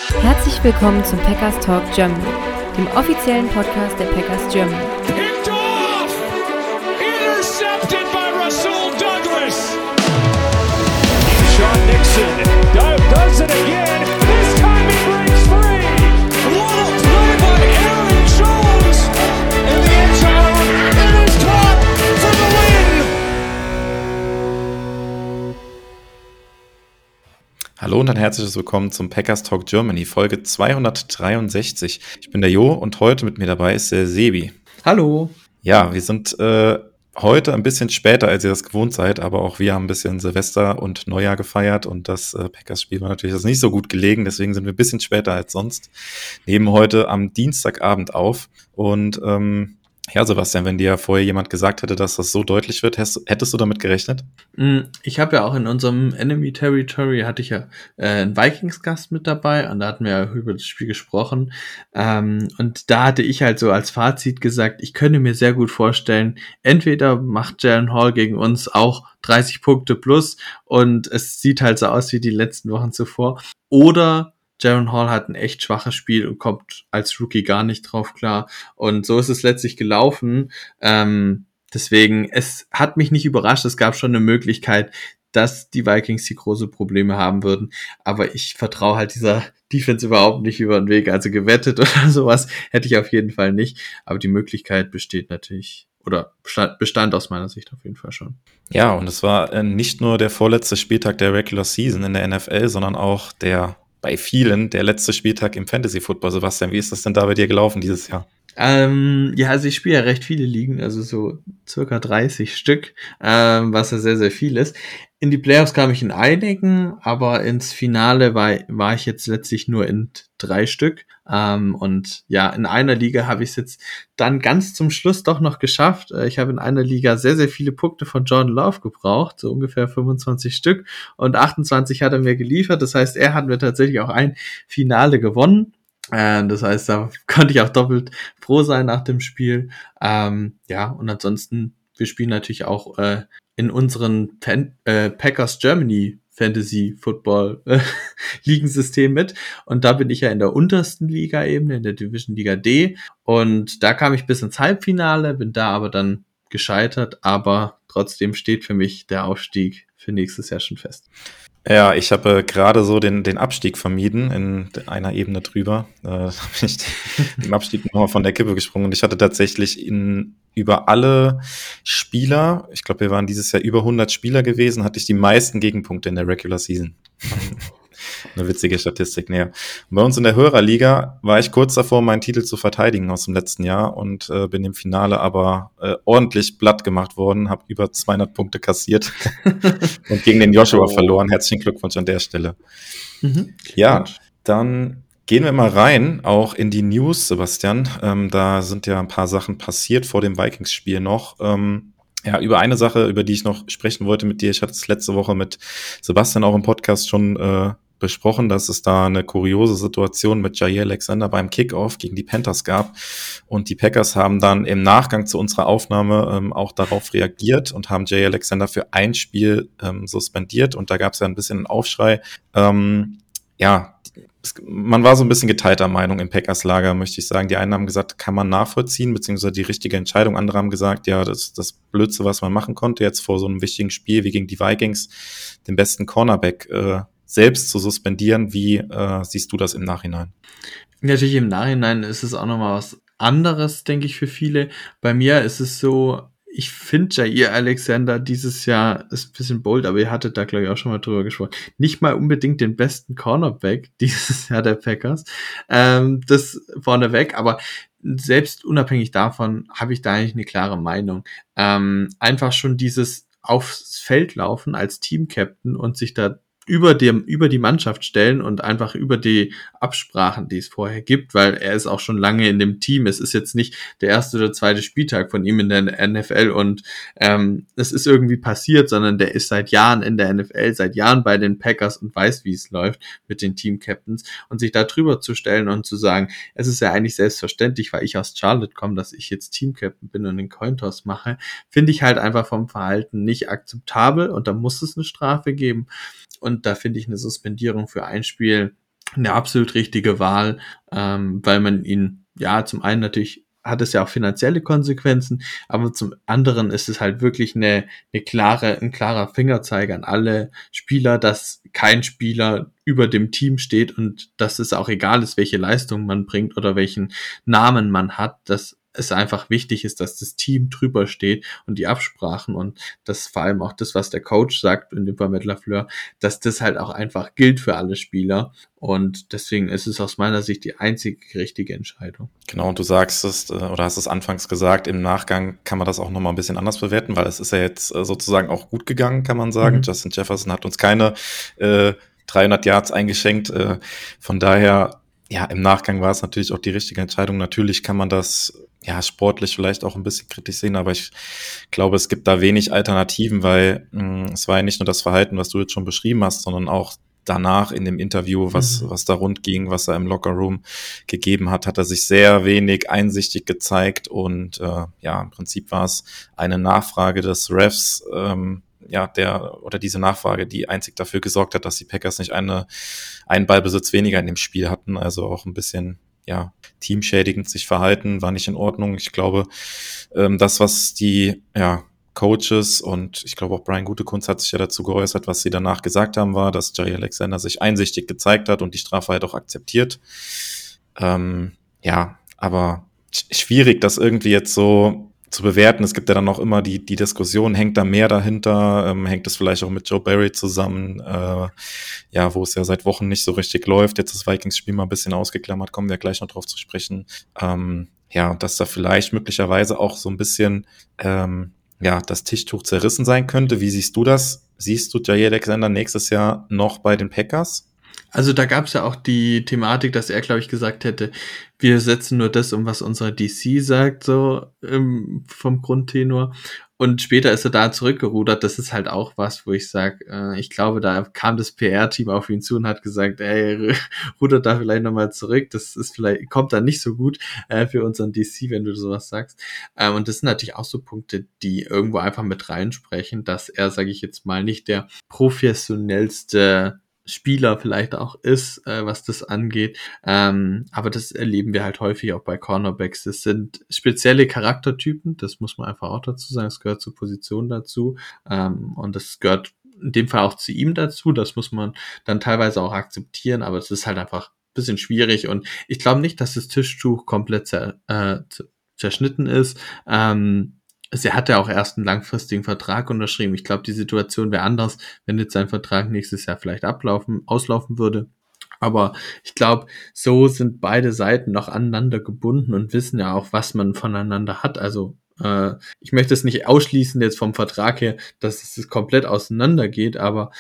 Herzlich willkommen zum Packers Talk Germany, dem offiziellen Podcast der Packers Germany. Picked off! Intercepted by Rasul Douglas! Sean Nixon does it again. This time he breaks free! What a play by Aaron Jones! In the end zone, it is caught for the win! Hallo und ein herzliches Willkommen zum Packers Talk Germany, Folge 263. Ich bin der Jo und heute mit mir dabei ist der Sebi. Hallo. Ja, wir sind heute ein bisschen später, als ihr das gewohnt seid, aber auch wir haben ein bisschen Silvester und Neujahr gefeiert und das Packers-Spiel war natürlich das nicht so gut gelegen, deswegen sind wir ein bisschen später als sonst. Nehmen heute am Dienstagabend auf und ja, Sebastian, wenn dir vorher jemand gesagt hätte, dass das so deutlich wird, hättest du damit gerechnet? Ich habe ja auch in unserem Enemy Territory hatte ich ja einen Vikings-Gast mit dabei und da hatten wir ja über das Spiel gesprochen. Und da hatte ich halt so als Fazit gesagt, ich könnte mir sehr gut vorstellen, entweder macht Jalen Hall gegen uns auch 30 Punkte plus und es sieht halt so aus wie die letzten Wochen zuvor, oder Jaren Hall hat ein echt schwaches Spiel und kommt als Rookie gar nicht drauf klar. Und so ist es letztlich gelaufen. Deswegen, es hat mich nicht überrascht. Es gab schon eine Möglichkeit, dass die Vikings die große Probleme haben würden. Aber ich vertraue halt dieser Defense überhaupt nicht über den Weg. Also gewettet oder sowas hätte ich auf jeden Fall nicht. Aber die Möglichkeit besteht natürlich, oder bestand aus meiner Sicht auf jeden Fall schon. Ja, und es war nicht nur der vorletzte Spieltag der Regular Season in der NFL, sondern auch bei vielen der letzte Spieltag im Fantasy Football. Sebastian, wie ist das denn da bei dir gelaufen dieses Jahr? Ja, also ich spiele ja recht viele Ligen, also so circa 30 Stück, was ja sehr, sehr viel ist. In die Playoffs kam ich in einigen, aber ins Finale war ich jetzt letztlich nur in 3 Stück. Und ja, in einer Liga habe ich es jetzt dann ganz zum Schluss doch noch geschafft. Ich habe in einer Liga sehr, sehr viele Punkte von Jordan Love gebraucht, so ungefähr 25 Stück. Und 28 hat er mir geliefert. Das heißt, er hat mir tatsächlich auch ein Finale gewonnen. Das heißt, da konnte ich auch doppelt froh sein nach dem Spiel. Ja, und ansonsten, wir spielen natürlich auch in unseren Packers Germany Fantasy Football Ligensystem mit. Und da bin ich ja in der untersten Liga-Ebene, in der Division Liga D. Und da kam ich bis ins Halbfinale, bin da aber dann gescheitert. Aber trotzdem steht für mich der Aufstieg für nächstes Jahr schon fest. Ja, ich habe gerade so den Abstieg vermieden in einer Ebene drüber. Da bin ich dem Abstieg nochmal von der Kippe gesprungen. Und ich hatte tatsächlich über alle Spieler, ich glaube, wir waren dieses Jahr über 100 Spieler gewesen, hatte ich die meisten Gegenpunkte in der Regular Season. Eine witzige Statistik, näher. Und bei uns in der Hörerliga war ich kurz davor, meinen Titel zu verteidigen aus dem letzten Jahr und bin im Finale aber ordentlich platt gemacht worden, habe über 200 Punkte kassiert und gegen den Joshua verloren. Herzlichen Glückwunsch an der Stelle. Ja, dann gehen wir mal rein, auch in die News, Sebastian. Da sind ja ein paar Sachen passiert vor dem Vikings-Spiel noch. Ja, über eine Sache, über die ich noch sprechen wollte mit dir. Ich hatte es letzte Woche mit Sebastian auch im Podcast schon besprochen, dass es da eine kuriose Situation mit Jair Alexander beim Kickoff gegen die Panthers gab. Und die Packers haben dann im Nachgang zu unserer Aufnahme auch darauf reagiert und haben Jair Alexander für ein Spiel suspendiert. Und da gab es ja ein bisschen einen Aufschrei. Man war so ein bisschen geteilter Meinung im Packers-Lager, möchte ich sagen. Die einen haben gesagt, kann man nachvollziehen, beziehungsweise die richtige Entscheidung. Andere haben gesagt, ja, das ist das Blödste, was man machen konnte, jetzt vor so einem wichtigen Spiel wie gegen die Vikings, den besten Cornerback selbst zu suspendieren. Wie siehst du das im Nachhinein? Natürlich im Nachhinein ist es auch nochmal was anderes, denke ich, für viele. Bei mir ist es so, ich finde Jair Alexander dieses Jahr ist ein bisschen bold, aber ihr hattet da, glaube ich, auch schon mal drüber gesprochen. Nicht mal unbedingt den besten Cornerback dieses Jahr der Packers. Das vorneweg, aber selbst unabhängig davon habe ich da eigentlich eine klare Meinung. Einfach schon dieses aufs Feld laufen als Team-Captain und sich da über die Mannschaft stellen und einfach über die Absprachen, die es vorher gibt, weil er ist auch schon lange in dem Team. Es ist jetzt nicht der erste oder zweite Spieltag von ihm in der NFL und es ist irgendwie passiert, sondern der ist seit Jahren in der NFL, seit Jahren bei den Packers und weiß, wie es läuft mit den Team-Captains und sich da drüber zu stellen und zu sagen, es ist ja eigentlich selbstverständlich, weil ich aus Charlotte komme, dass ich jetzt Team-Captain bin und den Cointoss mache, finde ich halt einfach vom Verhalten nicht akzeptabel und da muss es eine Strafe geben. Und da finde ich eine Suspendierung für ein Spiel eine absolut richtige Wahl, weil man ihn, ja, zum einen natürlich hat es ja auch finanzielle Konsequenzen, aber zum anderen ist es halt wirklich ein klarer Fingerzeig an alle Spieler, dass kein Spieler über dem Team steht und dass es auch egal ist, welche Leistung man bringt oder welchen Namen man hat, dass es einfach wichtig ist, dass das Team drüber steht und die Absprachen und das vor allem auch das, was der Coach sagt, in dem Fall mit Lafleur, dass das halt auch einfach gilt für alle Spieler. Und deswegen ist es aus meiner Sicht die einzig richtige Entscheidung. Genau, und du sagst es, oder hast es anfangs gesagt, im Nachgang kann man das auch nochmal ein bisschen anders bewerten, weil es ist ja jetzt sozusagen auch gut gegangen, kann man sagen. Justin Jefferson hat uns keine 300 Yards eingeschenkt. Von daher, ja, im Nachgang war es natürlich auch die richtige Entscheidung. Natürlich kann man das ja sportlich vielleicht auch ein bisschen kritisch sehen, aber ich glaube, es gibt da wenig Alternativen, weil es war ja nicht nur das Verhalten, was du jetzt schon beschrieben hast, sondern auch danach in dem Interview, was da rund ging, was er im Lockerroom gegeben hat, hat er sich sehr wenig einsichtig gezeigt und ja, im Prinzip war es eine Nachfrage des Refs, diese Nachfrage, die einzig dafür gesorgt hat, dass die Packers nicht einen Ballbesitz weniger in dem Spiel hatten, also auch ein bisschen ja, teamschädigend sich verhalten, war nicht in Ordnung. Ich glaube, das, was die Coaches und ich glaube auch Brian Gutekunst hat sich ja dazu geäußert, was sie danach gesagt haben, war, dass Jaire Alexander sich einsichtig gezeigt hat und die Strafe halt auch akzeptiert. Aber schwierig, das irgendwie jetzt so zu bewerten. Es gibt ja dann auch immer die Diskussion, hängt da mehr dahinter, hängt es vielleicht auch mit Joe Barry zusammen, wo es ja seit Wochen nicht so richtig läuft. Jetzt das Vikings-Spiel mal ein bisschen ausgeklammert, kommen wir gleich noch drauf zu sprechen. Dass da vielleicht möglicherweise auch so ein bisschen das Tischtuch zerrissen sein könnte. Wie siehst du das? Siehst du Jaire Alexander nächstes Jahr noch bei den Packers? Also da gab es ja auch die Thematik, dass er, glaube ich, gesagt hätte, wir setzen nur das um, was unsere DC sagt, so vom Grundtenor. Und später ist er da zurückgerudert. Das ist halt auch was, wo ich sage, ich glaube, da kam das PR-Team auf ihn zu und hat gesagt, ey, rudert da vielleicht nochmal zurück. Das ist vielleicht, kommt dann nicht so gut für unseren DC, wenn du sowas sagst. Und das sind natürlich auch so Punkte, die irgendwo einfach mit reinsprechen, dass er, sage ich jetzt mal, nicht der professionellste Spieler vielleicht auch ist, was das angeht. Aber das erleben wir halt häufig auch bei Cornerbacks. Das sind spezielle Charaktertypen, das muss man einfach auch dazu sagen. Es gehört zur Position dazu. Und das gehört in dem Fall auch zu ihm dazu. Das muss man dann teilweise auch akzeptieren, aber es ist halt einfach ein bisschen schwierig. Und ich glaube nicht, dass das Tischtuch komplett zerschnitten ist. Er hat ja auch erst einen langfristigen Vertrag unterschrieben. Ich glaube, die Situation wäre anders, wenn jetzt sein Vertrag nächstes Jahr vielleicht auslaufen würde. Aber ich glaube, so sind beide Seiten noch aneinander gebunden und wissen ja auch, was man voneinander hat. Also ich möchte es nicht ausschließen jetzt vom Vertrag her, dass es komplett auseinander geht, aber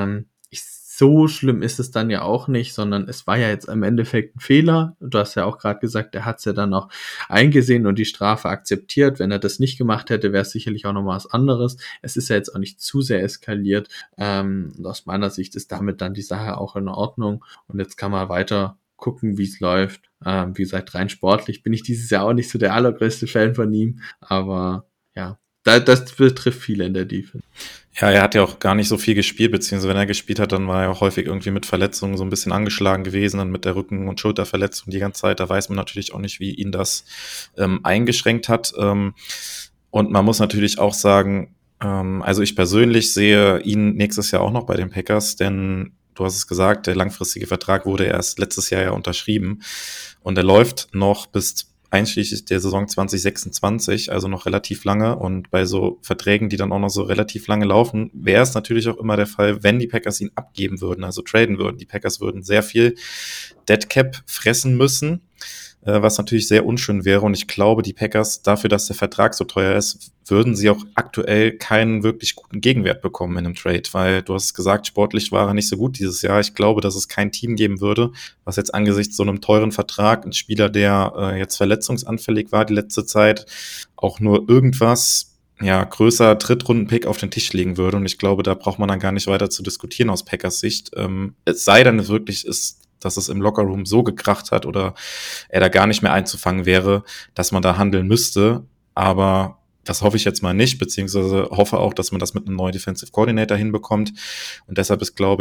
so schlimm ist es dann ja auch nicht, sondern es war ja jetzt im Endeffekt ein Fehler. Du hast ja auch gerade gesagt, er hat es ja dann auch eingesehen und die Strafe akzeptiert. Wenn er das nicht gemacht hätte, wäre es sicherlich auch nochmal was anderes. Es ist ja jetzt auch nicht zu sehr eskaliert. Und aus meiner Sicht ist damit dann die Sache auch in Ordnung. Und jetzt kann man weiter gucken, wie es läuft. Wie gesagt, rein sportlich bin ich dieses Jahr auch nicht so der allergrößte Fan von ihm. Aber ja, das betrifft viele in der Defense. Ja, er hat ja auch gar nicht so viel gespielt, beziehungsweise wenn er gespielt hat, dann war er auch häufig irgendwie mit Verletzungen so ein bisschen angeschlagen gewesen, dann mit der Rücken- und Schulterverletzung die ganze Zeit. Da weiß man natürlich auch nicht, wie ihn das eingeschränkt hat. Und man muss natürlich auch sagen, also ich persönlich sehe ihn nächstes Jahr auch noch bei den Packers, denn du hast es gesagt, der langfristige Vertrag wurde erst letztes Jahr ja unterschrieben und er läuft noch bis einschließlich der Saison 2026, also noch relativ lange. Und bei so Verträgen, die dann auch noch so relativ lange laufen, wäre es natürlich auch immer der Fall, wenn die Packers ihn abgeben würden, also traden würden. Die Packers würden sehr viel Dead Cap fressen müssen, was natürlich sehr unschön wäre. Und ich glaube, die Packers, dafür, dass der Vertrag so teuer ist, würden sie auch aktuell keinen wirklich guten Gegenwert bekommen in einem Trade, weil du hast gesagt, sportlich war er nicht so gut dieses Jahr. Ich glaube, dass es kein Team geben würde, was jetzt angesichts so einem teuren Vertrag, ein Spieler, der jetzt verletzungsanfällig war die letzte Zeit, auch nur irgendwas größer Drittrunden-Pick auf den Tisch legen würde. Und ich glaube, da braucht man dann gar nicht weiter zu diskutieren aus Packers Sicht. Es sei denn, es wirklich ist, dass es im Lockerroom so gekracht hat oder er da gar nicht mehr einzufangen wäre, dass man da handeln müsste. Aber das hoffe ich jetzt mal nicht, beziehungsweise hoffe auch, dass man das mit einem neuen Defensive Coordinator hinbekommt. Und deshalb ist, glaube ich,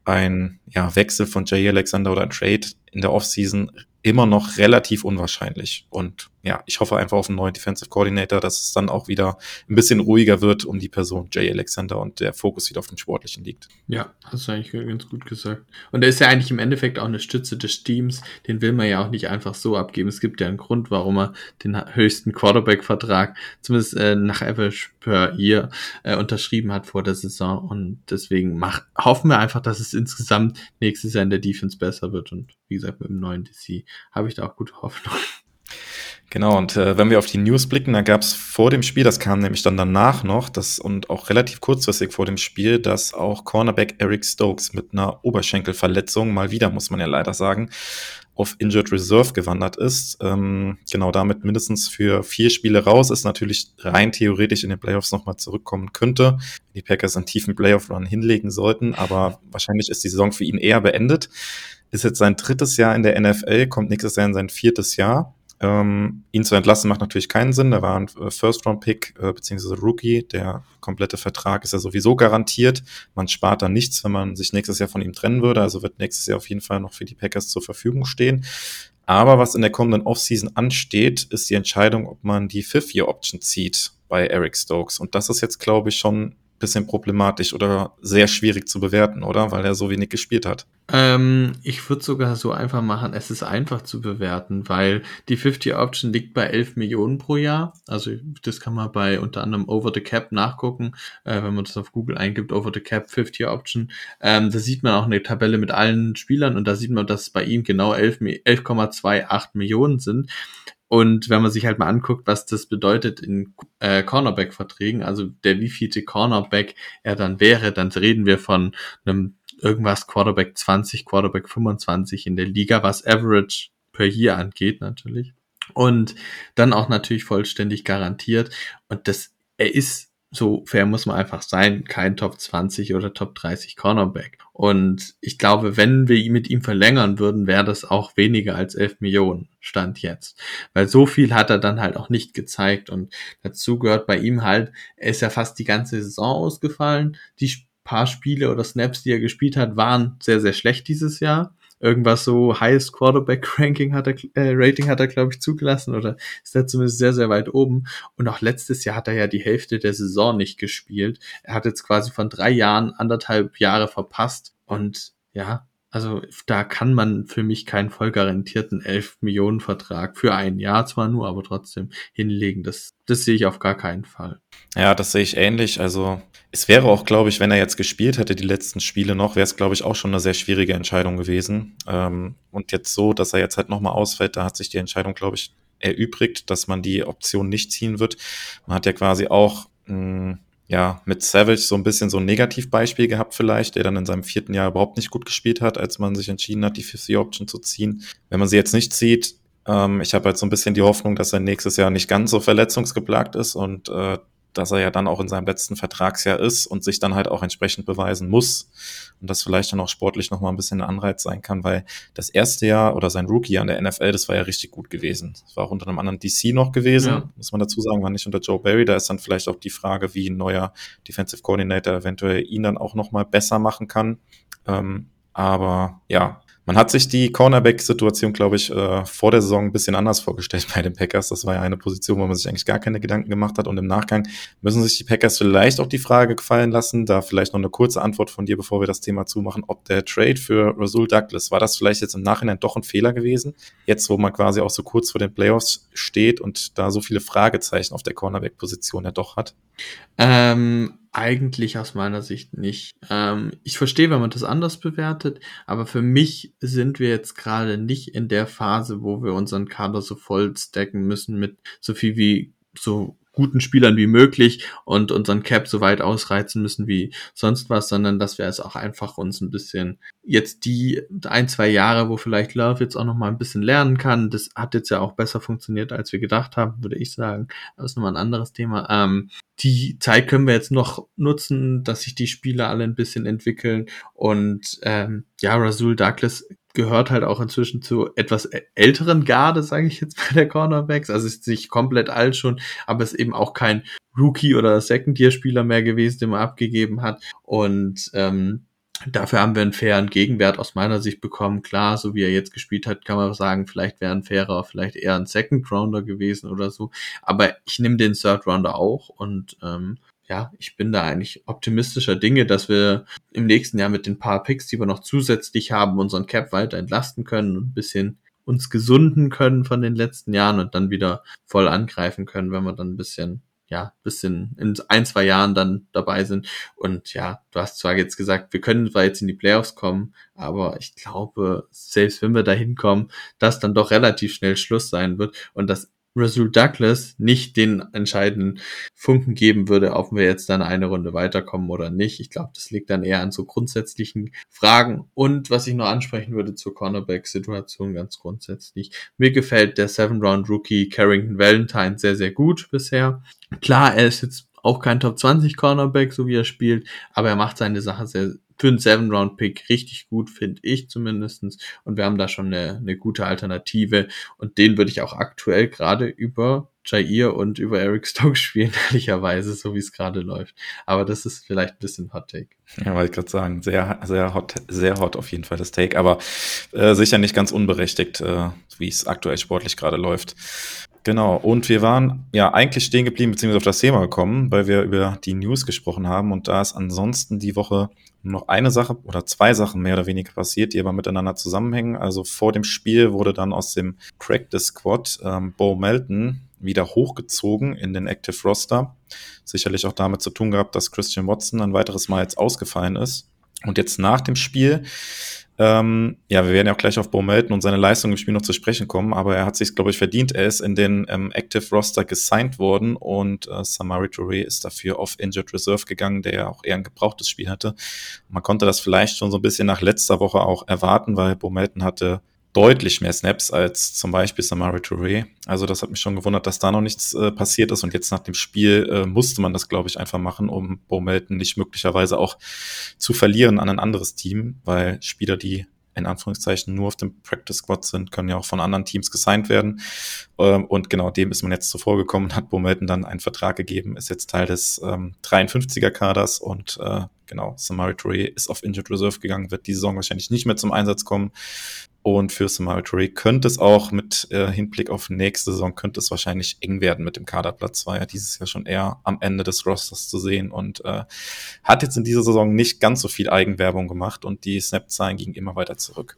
ein Wechsel von Jay Alexander oder ein Trade in der Offseason immer noch relativ unwahrscheinlich. Und ja, ich hoffe einfach auf einen neuen Defensive Coordinator, dass es dann auch wieder ein bisschen ruhiger wird um die Person Jay Alexander und der Fokus wieder auf dem Sportlichen liegt. Ja, hast du eigentlich ganz gut gesagt. Und er ist ja eigentlich im Endeffekt auch eine Stütze des Teams. Den will man ja auch nicht einfach so abgeben. Es gibt ja einen Grund, warum er den höchsten Quarterback-Vertrag, zumindest nach Average per Year, unterschrieben hat vor der Saison. Und deswegen hoffen wir einfach, dass es insgesamt nächstes Jahr in der Defense besser wird. Und wie gesagt, mit dem neuen DC habe ich da auch gute Hoffnung. Genau, und wenn wir auf die News blicken, da gab es vor dem Spiel, das kam nämlich dann danach noch, und auch relativ kurzfristig vor dem Spiel, dass auch Cornerback Eric Stokes mit einer Oberschenkelverletzung, mal wieder, muss man ja leider sagen, auf Injured Reserve gewandert ist. Genau, damit mindestens für 4 Spiele raus, ist natürlich rein theoretisch in den Playoffs nochmal zurückkommen könnte, wenn die Packers einen tiefen Playoff-Run hinlegen sollten, aber wahrscheinlich ist die Saison für ihn eher beendet. Ist jetzt sein 3. Jahr in der NFL, kommt nächstes Jahr in sein 4. Jahr. Ihn zu entlassen macht natürlich keinen Sinn. Da war ein First-Round-Pick beziehungsweise Rookie. Der komplette Vertrag ist ja sowieso garantiert. Man spart da nichts, wenn man sich nächstes Jahr von ihm trennen würde. Also wird nächstes Jahr auf jeden Fall noch für die Packers zur Verfügung stehen. Aber was in der kommenden Offseason ansteht, ist die Entscheidung, ob man die Fifth-Year-Option zieht bei Eric Stokes. Und das ist jetzt, glaube ich, schon ein bisschen problematisch oder sehr schwierig zu bewerten, oder? Weil er so wenig gespielt hat. Ich würde sogar so einfach machen, es ist einfach zu bewerten, weil die 50-Option liegt bei 11 Millionen pro Jahr. Also das kann man bei unter anderem Over the Cap nachgucken, wenn man das auf Google eingibt, Over the Cap 50-Option. Da sieht man auch eine Tabelle mit allen Spielern und da sieht man, dass bei ihm genau 11,28 Millionen sind. Und wenn man sich halt mal anguckt, was das bedeutet in Cornerback-Verträgen, also der wievielte Cornerback er dann wäre, dann reden wir von einem irgendwas Quarterback 20, Quarterback 25 in der Liga, was Average per Year angeht natürlich. Und dann auch natürlich vollständig garantiert. Und er ist, so fair muss man einfach sein, kein Top 20 oder Top 30 Cornerback. Und ich glaube, wenn wir mit ihm verlängern würden, wäre das auch weniger als 11 Millionen, Stand jetzt. Weil so viel hat er dann halt auch nicht gezeigt. Und dazu gehört bei ihm halt, er ist ja fast die ganze Saison ausgefallen. Die paar Spiele oder Snaps, die er gespielt hat, waren sehr, sehr schlecht dieses Jahr. Irgendwas so Highest Quarterback Rating hat er, glaube ich, zugelassen oder ist da zumindest sehr, sehr weit oben. Und auch letztes Jahr hat er ja die Hälfte der Saison nicht gespielt. Er hat jetzt quasi von 3 Jahren 1,5 Jahre verpasst. Und ja, also da kann man für mich keinen voll garantierten 11 Millionen Vertrag für ein Jahr zwar nur, aber trotzdem hinlegen. Das sehe ich auf gar keinen Fall. Ja, das sehe ich ähnlich. Also es wäre auch, glaube ich, wenn er jetzt gespielt hätte, die letzten Spiele noch, wäre es, glaube ich, auch schon eine sehr schwierige Entscheidung gewesen. Und jetzt so, dass er jetzt halt nochmal ausfällt, da hat sich die Entscheidung, glaube ich, erübrigt, dass man die Option nicht ziehen wird. Man hat ja quasi auch mit Savage so ein bisschen so ein Negativbeispiel gehabt vielleicht, der dann in seinem 4. Jahr überhaupt nicht gut gespielt hat, als man sich entschieden hat, die Fifth-Year-Option zu ziehen. Wenn man sie jetzt nicht zieht, ich habe halt so ein bisschen die Hoffnung, dass er nächstes Jahr nicht ganz so verletzungsgeplagt ist und dass er ja dann auch in seinem letzten Vertragsjahr ist und sich dann halt auch entsprechend beweisen muss und das vielleicht dann auch sportlich nochmal ein bisschen ein Anreiz sein kann, weil das erste Jahr oder sein Rookie-Jahr in der NFL, das war ja richtig gut gewesen. Das war auch unter einem anderen DC noch gewesen, muss man dazu sagen, war nicht unter Joe Barry. Da ist dann vielleicht auch die Frage, wie ein neuer Defensive Coordinator eventuell ihn dann auch nochmal besser machen kann. Aber ja, man hat sich die Cornerback-Situation, glaube ich, vor der Saison ein bisschen anders vorgestellt bei den Packers. Das war ja eine Position, wo man sich eigentlich gar keine Gedanken gemacht hat. Und im Nachgang müssen sich die Packers vielleicht auch die Frage gefallen lassen, da vielleicht noch eine kurze Antwort von dir, bevor wir das Thema zumachen, ob der Trade für Rasul Douglas, war das vielleicht jetzt im Nachhinein doch ein Fehler gewesen? Jetzt, wo man quasi auch so kurz vor den Playoffs steht und da so viele Fragezeichen auf der Cornerback-Position ja doch hat? Eigentlich aus meiner Sicht nicht. Ich verstehe, wenn man das anders bewertet, aber für mich sind wir jetzt gerade nicht in der Phase, wo wir unseren Kader so voll stacken müssen mit so viel wie so guten Spielern wie möglich und unseren Cap so weit ausreizen müssen wie sonst was, sondern dass wir es auch einfach uns ein bisschen jetzt die 1-2 Jahre, wo vielleicht Love jetzt auch noch mal ein bisschen lernen kann, das hat jetzt ja auch besser funktioniert, als wir gedacht haben, würde ich sagen. Das ist nochmal ein anderes Thema. Die Zeit können wir jetzt noch nutzen, dass sich die Spieler alle ein bisschen entwickeln und Rasul Douglas gehört halt auch inzwischen zu etwas älteren Garde, sage ich jetzt bei der Cornerbacks. Also ist nicht komplett alt schon, aber ist eben auch kein Rookie- oder Second-Year-Spieler mehr gewesen, den man abgegeben hat. Und Dafür haben wir einen fairen Gegenwert aus meiner Sicht bekommen. Klar, so wie er jetzt gespielt hat, kann man sagen, vielleicht wäre ein fairer, vielleicht eher ein Second Rounder gewesen oder so. Aber ich nehme den Third Rounder auch und ja, ich bin da eigentlich optimistischer Dinge, dass wir im nächsten Jahr mit den paar Picks, die wir noch zusätzlich haben, unseren Cap weiter entlasten können und ein bisschen uns gesunden können von den letzten Jahren und dann wieder voll angreifen können, wenn wir dann ein bisschen in 1, 2 Jahren dann dabei sind. Und ja, du hast zwar jetzt gesagt, wir können zwar jetzt in die Playoffs kommen, aber ich glaube, selbst wenn wir da hinkommen, dass dann doch relativ schnell Schluss sein wird und dass Rasul Douglas nicht den entscheidenden Funken geben würde, ob wir jetzt dann eine Runde weiterkommen oder nicht. Ich glaube, das liegt dann eher an so grundsätzlichen Fragen. Und was ich noch ansprechen würde zur Cornerback-Situation ganz grundsätzlich. Mir gefällt der 7th-Round-Rookie Carrington Valentine sehr, sehr gut bisher. Klar, er ist jetzt auch kein Top 20 Cornerback, so wie er spielt, aber er macht seine Sache sehr, für einen 7th-Round-Pick richtig gut, finde ich zumindestens. Und wir haben da schon eine gute Alternative. Und den würde ich auch aktuell gerade über Jair und über Eric Stokes spielen, ehrlicherweise, so wie es gerade läuft. Aber das ist vielleicht ein bisschen Hot Take. Ja, wollte ich gerade sagen, sehr hot auf jeden Fall das Take, aber sicher nicht ganz unberechtigt, wie es aktuell sportlich gerade läuft. Genau, und wir waren ja eigentlich stehen geblieben, beziehungsweise auf das Thema gekommen, weil wir über die News gesprochen haben und da ist ansonsten die Woche nur noch eine Sache oder 2 Sachen mehr oder weniger passiert, die aber miteinander zusammenhängen. Also vor dem Spiel wurde dann aus dem Practice Squad Bo Melton wieder hochgezogen in den Active Roster. Sicherlich auch damit zu tun gehabt, dass Christian Watson ein weiteres Mal jetzt ausgefallen ist. Und jetzt nach dem Spiel, ja, wir werden ja auch gleich auf Bo Melton und seine Leistung im Spiel noch zu sprechen kommen, aber er hat sich, glaube ich, verdient. Er ist in den Active Roster gesigned worden und Samori Touré ist dafür auf Injured Reserve gegangen, der ja auch eher ein gebrauchtes Spiel hatte. Man konnte das vielleicht schon so ein bisschen nach letzter Woche auch erwarten, weil Bo Melton hatte deutlich mehr Snaps als zum Beispiel Samori Touré. Also das hat mich schon gewundert, dass da noch nichts passiert ist. Und jetzt nach dem Spiel musste man das, glaube ich, einfach machen, um Bo Melton nicht möglicherweise auch zu verlieren an ein anderes Team, weil Spieler, die in Anführungszeichen nur auf dem Practice Squad sind, können ja auch von anderen Teams gesigned werden. Und genau dem ist man jetzt zuvor gekommen und hat Bo Melton dann einen Vertrag gegeben, ist jetzt Teil des 53er-Kaders und genau, Samori Touré ist auf Injured Reserve gegangen, wird die Saison wahrscheinlich nicht mehr zum Einsatz kommen. Und für Samori Touré könnte es auch mit Hinblick auf nächste Saison könnte es wahrscheinlich eng werden mit dem Kaderplatz. War ja dieses Jahr schon eher am Ende des Rosters zu sehen und hat jetzt in dieser Saison nicht ganz so viel Eigenwerbung gemacht und die Snap-Zahlen gingen immer weiter zurück.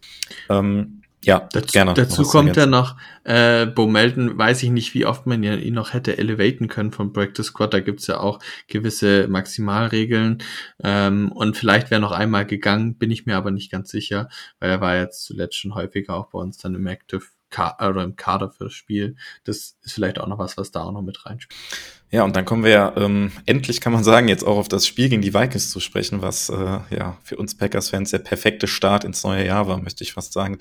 Ja, gerne. Dazu kommt ja noch, Bo Melton, weiß ich nicht, wie oft man ihn noch hätte elevaten können vom Practice Squad. Da gibt's ja auch gewisse Maximalregeln. Und vielleicht wäre noch einmal gegangen, bin ich mir aber nicht ganz sicher, weil er war jetzt zuletzt schon häufiger auch bei uns dann im Active oder im Kader fürs Spiel. Das ist vielleicht auch noch was da auch noch mit reinspielt. Ja, und dann kommen wir ja endlich, kann man sagen, jetzt auch auf das Spiel gegen die Vikings zu sprechen, was ja für uns Packers-Fans der perfekte Start ins neue Jahr war, möchte ich fast sagen.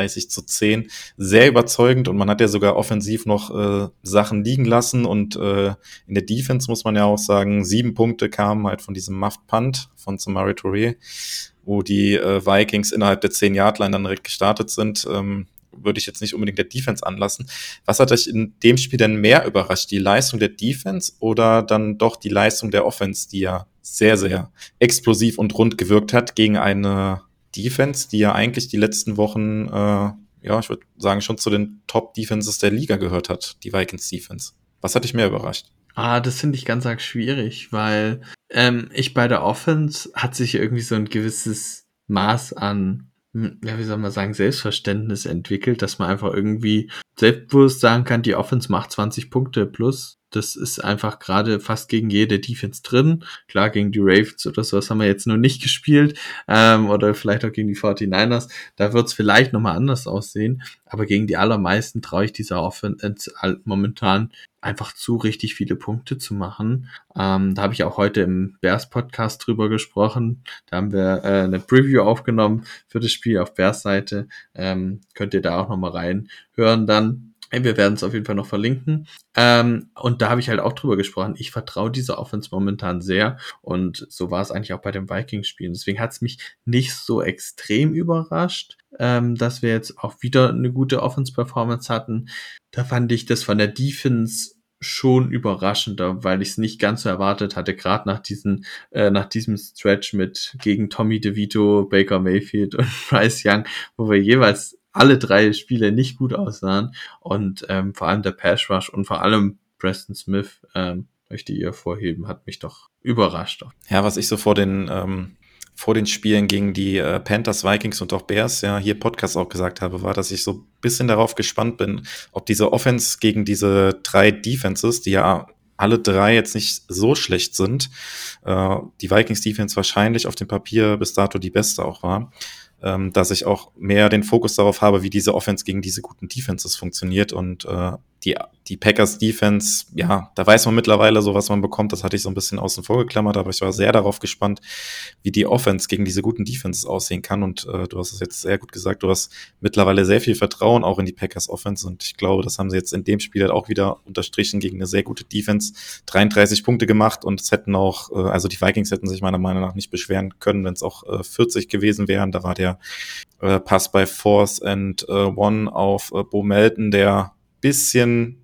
33-10, sehr überzeugend und man hat ja sogar offensiv noch Sachen liegen lassen und in der Defense muss man ja auch sagen, 7 Punkte kamen halt von diesem Muffed Punt von Samori Touré, wo die Vikings innerhalb der 10-Yard-Line dann direkt gestartet sind. Würde ich jetzt nicht unbedingt der Defense anlassen. Was hat euch in dem Spiel denn mehr überrascht? Die Leistung der Defense oder dann doch die Leistung der Offense, die ja sehr, sehr explosiv und rund gewirkt hat gegen eine Defense, die ja eigentlich die letzten Wochen, ja, ich würde sagen, schon zu den Top-Defenses der Liga gehört hat, die Vikings-Defense. Was hat dich mehr überrascht? Das finde ich ganz arg schwierig, weil ich bei der Offense hat sich irgendwie so ein gewisses Maß an, ja, wie soll man sagen, Selbstverständnis entwickelt, dass man einfach irgendwie selbstbewusst sagen kann, die Offense macht 20 Punkte plus. Das ist einfach gerade fast gegen jede Defense drin. Klar, gegen die Ravens oder sowas haben wir jetzt noch nicht gespielt. Oder vielleicht auch gegen die 49ers. Da wird es vielleicht nochmal anders aussehen. Aber gegen die allermeisten traue ich dieser Offense momentan einfach zu, richtig viele Punkte zu machen. Da habe ich auch heute im Bears-Podcast drüber gesprochen. Da haben wir eine Preview aufgenommen für das Spiel auf Bears-Seite. Könnt ihr da auch nochmal reinhören dann. Wir werden es auf jeden Fall noch verlinken. Und da habe ich halt auch drüber gesprochen. Ich vertraue dieser Offense momentan sehr. Und so war es eigentlich auch bei dem Vikings-Spielen. Deswegen hat es mich nicht so extrem überrascht, dass wir jetzt auch wieder eine gute Offense-Performance hatten. Da fand ich das von der Defense schon überraschender, weil ich es nicht ganz so erwartet hatte, gerade nach diesem Stretch mit gegen Tommy DeVito, Baker Mayfield und Bryce Young, wo wir jeweils alle 3 Spiele nicht gut aussahen und vor allem der Pass Rush und vor allem Preston Smith, möchte ich hervorheben, hat mich doch überrascht. Ja, was ich so vor den Spielen gegen die Panthers, Vikings und auch Bears, ja, hier Podcast auch gesagt habe, war, dass ich so ein bisschen darauf gespannt bin, ob diese Offense gegen diese 3 Defenses, die ja alle 3 jetzt nicht so schlecht sind, die Vikings-Defense wahrscheinlich auf dem Papier bis dato die beste auch war, dass ich auch mehr den Fokus darauf habe, wie diese Offense gegen diese guten Defenses funktioniert und die Packers Defense, ja, da weiß man mittlerweile so, was man bekommt. Das hatte ich so ein bisschen außen vor geklammert, aber ich war sehr darauf gespannt, wie die Offense gegen diese guten Defenses aussehen kann. Und du hast es jetzt sehr gut gesagt, du hast mittlerweile sehr viel Vertrauen auch in die Packers Offense. Und ich glaube, das haben sie jetzt in dem Spiel halt auch wieder unterstrichen gegen eine sehr gute Defense. 33 Punkte gemacht und es hätten auch, also die Vikings hätten sich meiner Meinung nach nicht beschweren können, wenn es auch 40 gewesen wären. Da war der Pass bei 4th and 1 auf Bo Melton, der bisschen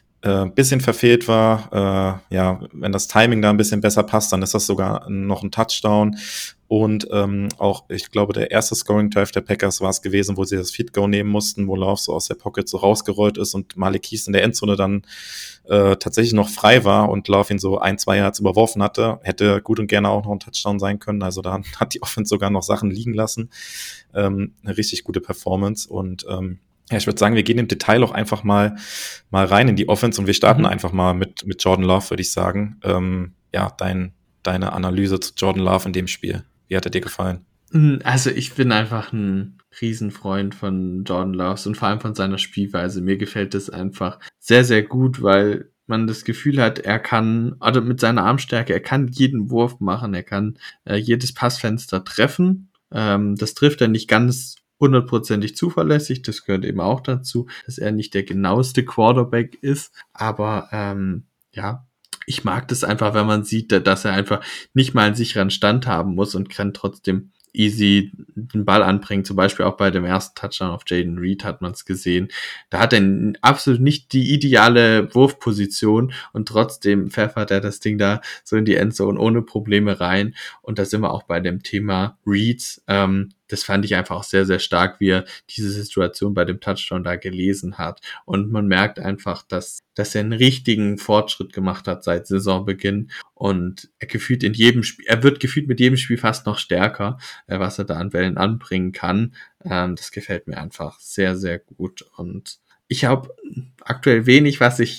verfehlt war. Ja, wenn das Timing da ein bisschen besser passt, dann ist das sogar noch ein Touchdown. Und auch, ich glaube, der erste Scoring-Drive der Packers war es gewesen, wo sie das Field Goal nehmen mussten, wo Love so aus der Pocket so rausgerollt ist und Malik Keys in der Endzone dann tatsächlich noch frei war und Love ihn so 1-2 Yards überworfen hatte. Hätte gut und gerne auch noch ein Touchdown sein können. Also da hat die Offense sogar noch Sachen liegen lassen. Eine richtig gute Performance und ja, ich würde sagen, wir gehen im Detail auch einfach mal rein in die Offense und wir starten einfach mal mit Jordan Love, würde ich sagen. Ja, deine Analyse zu Jordan Love in dem Spiel. Wie hat er dir gefallen? Also ich bin einfach ein Riesenfreund von Jordan Love und vor allem von seiner Spielweise. Mir gefällt das einfach sehr, sehr gut, weil man das Gefühl hat, er kann, also mit seiner Armstärke, er kann jeden Wurf machen, er kann jedes Passfenster treffen. Das trifft er nicht ganz 100%ig zuverlässig, das gehört eben auch dazu, dass er nicht der genaueste Quarterback ist, aber ja, ich mag das einfach, wenn man sieht, dass er einfach nicht mal einen sicheren Stand haben muss und kann trotzdem easy den Ball anbringen. Zum Beispiel auch bei dem ersten Touchdown auf Jaden Reed hat man es gesehen. Da hat er absolut nicht die ideale Wurfposition und trotzdem pfeffert er das Ding da so in die Endzone ohne Probleme rein. Und da sind wir auch bei dem Thema Reads. Das fand ich einfach auch sehr, sehr stark, wie er diese Situation bei dem Touchdown da gelesen hat. Und man merkt einfach, dass er einen richtigen Fortschritt gemacht hat seit Saisonbeginn. Und er wird gefühlt mit jedem Spiel fast noch stärker, was er da an Wellen anbringen kann. Das gefällt mir einfach sehr, sehr gut. Und ich habe aktuell wenig,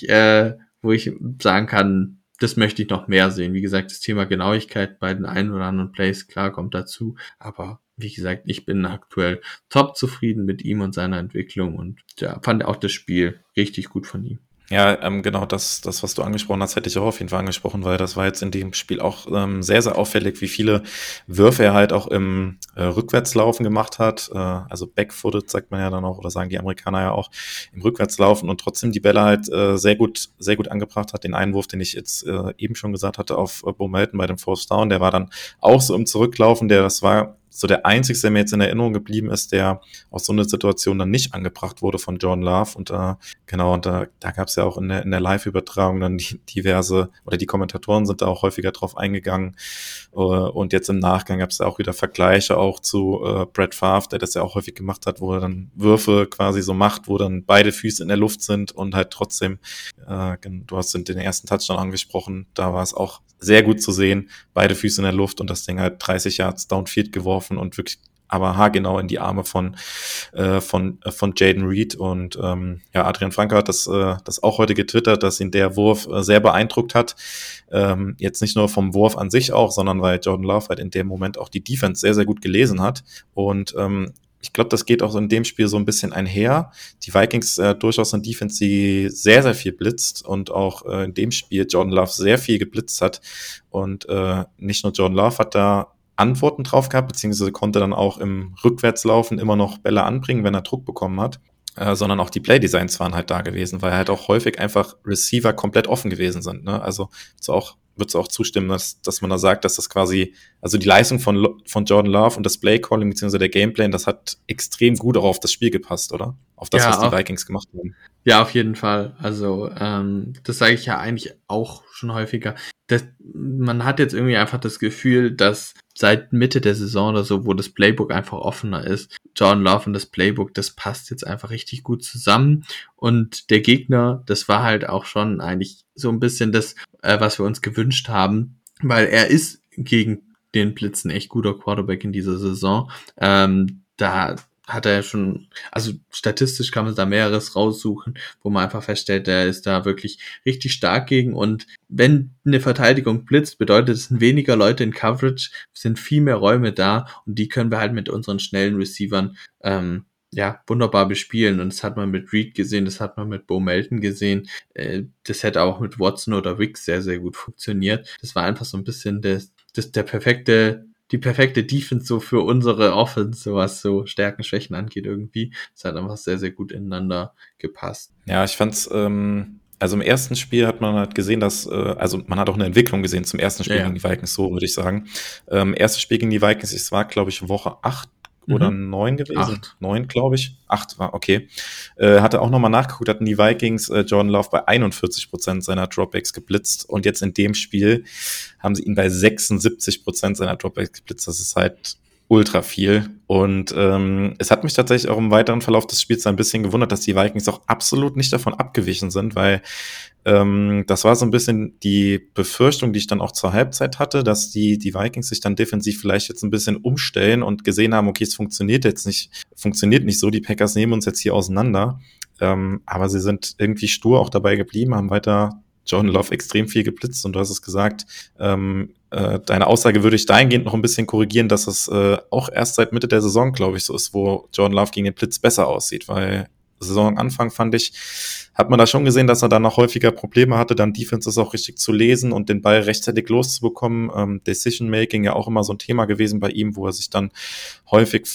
wo ich sagen kann, das möchte ich noch mehr sehen. Wie gesagt, das Thema Genauigkeit bei den ein oder anderen Plays, klar, kommt dazu. Aber wie gesagt, ich bin aktuell top zufrieden mit ihm und seiner Entwicklung und ja, fand auch das Spiel richtig gut von ihm. Ja, genau, das, was du angesprochen hast, hätte ich auch auf jeden Fall angesprochen, weil das war jetzt in dem Spiel auch sehr, sehr auffällig, wie viele Würfe er halt auch im Rückwärtslaufen gemacht hat. Also backfooted sagt man ja dann auch, oder sagen die Amerikaner ja auch, im Rückwärtslaufen und trotzdem die Bälle halt sehr gut angebracht hat. Den Einwurf, den ich jetzt eben schon gesagt hatte auf Bo Melton bei dem Fourth Down, der war dann auch so im Zurücklaufen, das war so der einzige, der mir jetzt in Erinnerung geblieben ist, der aus so einer Situation dann nicht angebracht wurde von Jordan Love. Und genau, und da gab es ja auch in der Live-Übertragung dann diverse, oder die Kommentatoren sind da auch häufiger drauf eingegangen. Und jetzt im Nachgang gab es ja auch wieder Vergleiche auch zu Brett Favre, der das ja auch häufig gemacht hat, wo er dann Würfe quasi so macht, wo dann beide Füße in der Luft sind und halt trotzdem, du hast den ersten Touchdown angesprochen, da war es auch sehr gut zu sehen, beide Füße in der Luft und das Ding halt 30 Yards downfield geworfen und wirklich aber haargenau in die Arme von Jaden Reed. Und ja, Adrian Franke hat das auch heute getwittert, dass ihn der Wurf sehr beeindruckt hat. Jetzt nicht nur vom Wurf an sich auch, sondern weil Jordan Love halt in dem Moment auch die Defense sehr, sehr gut gelesen hat. Und ich glaube, das geht auch so in dem Spiel so ein bisschen einher. Die Vikings durchaus eine Defense, die sehr, sehr viel blitzt und auch in dem Spiel Jordan Love sehr viel geblitzt hat. Und nicht nur Jordan Love hat da Antworten drauf gehabt, beziehungsweise konnte dann auch im Rückwärtslaufen immer noch Bälle anbringen, wenn er Druck bekommen hat. Sondern auch die Playdesigns waren halt da gewesen, weil halt auch häufig einfach Receiver komplett offen gewesen sind. Ne? Also so auch würdest du auch zustimmen, dass man da sagt, dass das quasi, also die Leistung von Jordan Love und das Playcalling bzw. der Gameplan, das hat extrem gut auch auf das Spiel gepasst, oder? Auf das, Ja, was die auch. Vikings gemacht haben. Ja, auf jeden Fall. Also, das sage ich ja eigentlich auch schon häufiger. Man hat jetzt irgendwie einfach das Gefühl, dass seit Mitte der Saison oder so, wo das Playbook einfach offener ist, Jordan Love und das Playbook, das passt jetzt einfach richtig gut zusammen. Und der Gegner, das war halt auch schon eigentlich so ein bisschen das, was wir uns gewünscht haben, weil er ist gegen den Blitz ein echt guter Quarterback in dieser Saison. Da hat er schon, also statistisch kann man da mehreres raussuchen, wo man einfach feststellt, der ist da wirklich richtig stark gegen. Und wenn eine Verteidigung blitzt, bedeutet es, sind weniger Leute in Coverage, sind viel mehr Räume da und die können wir halt mit unseren schnellen Receivern wunderbar bespielen. Und das hat man mit Reed gesehen, das hat man mit Bo Melton gesehen. Das hätte auch mit Watson oder Wicks sehr, sehr gut funktioniert. Das war einfach so ein bisschen die perfekte Defense so für unsere Offense, so was so Stärken, Schwächen angeht irgendwie. Das hat einfach sehr, sehr gut ineinander gepasst. Ja, ich fand's, also im ersten Spiel hat man halt gesehen, dass, also man hat auch eine Entwicklung gesehen zum ersten Spiel gegen die Vikings, so würde ich sagen. Erstes Spiel gegen die Vikings, es war, glaube ich, Woche 8 oder 9 gewesen. 8. 9, glaube ich. 8 war, okay. Hatte auch nochmal nachgeguckt, hatten die Vikings Jordan Love bei 41% seiner Dropbacks geblitzt und jetzt in dem Spiel haben sie ihn bei 76% seiner Dropbacks geblitzt. Das ist halt ultra viel. Und es hat mich tatsächlich auch im weiteren Verlauf des Spiels ein bisschen gewundert, dass die Vikings auch absolut nicht davon abgewichen sind, weil das war so ein bisschen die Befürchtung, die ich dann auch zur Halbzeit hatte, dass die Vikings sich dann defensiv vielleicht jetzt ein bisschen umstellen und gesehen haben, okay, es funktioniert nicht so, die Packers nehmen uns jetzt hier auseinander. Aber sie sind irgendwie stur auch dabei geblieben, haben weiter Jordan Love extrem viel geblitzt und du hast es gesagt, deine Aussage würde ich dahingehend noch ein bisschen korrigieren, dass es auch erst seit Mitte der Saison, glaube ich, so ist, wo Jordan Love gegen den Blitz besser aussieht, weil Saisonanfang fand ich, hat man da schon gesehen, dass er dann noch häufiger Probleme hatte, dann Defenses auch richtig zu lesen und den Ball rechtzeitig loszubekommen. Decision-Making ja auch immer so ein Thema gewesen bei ihm, wo er sich dann häufig,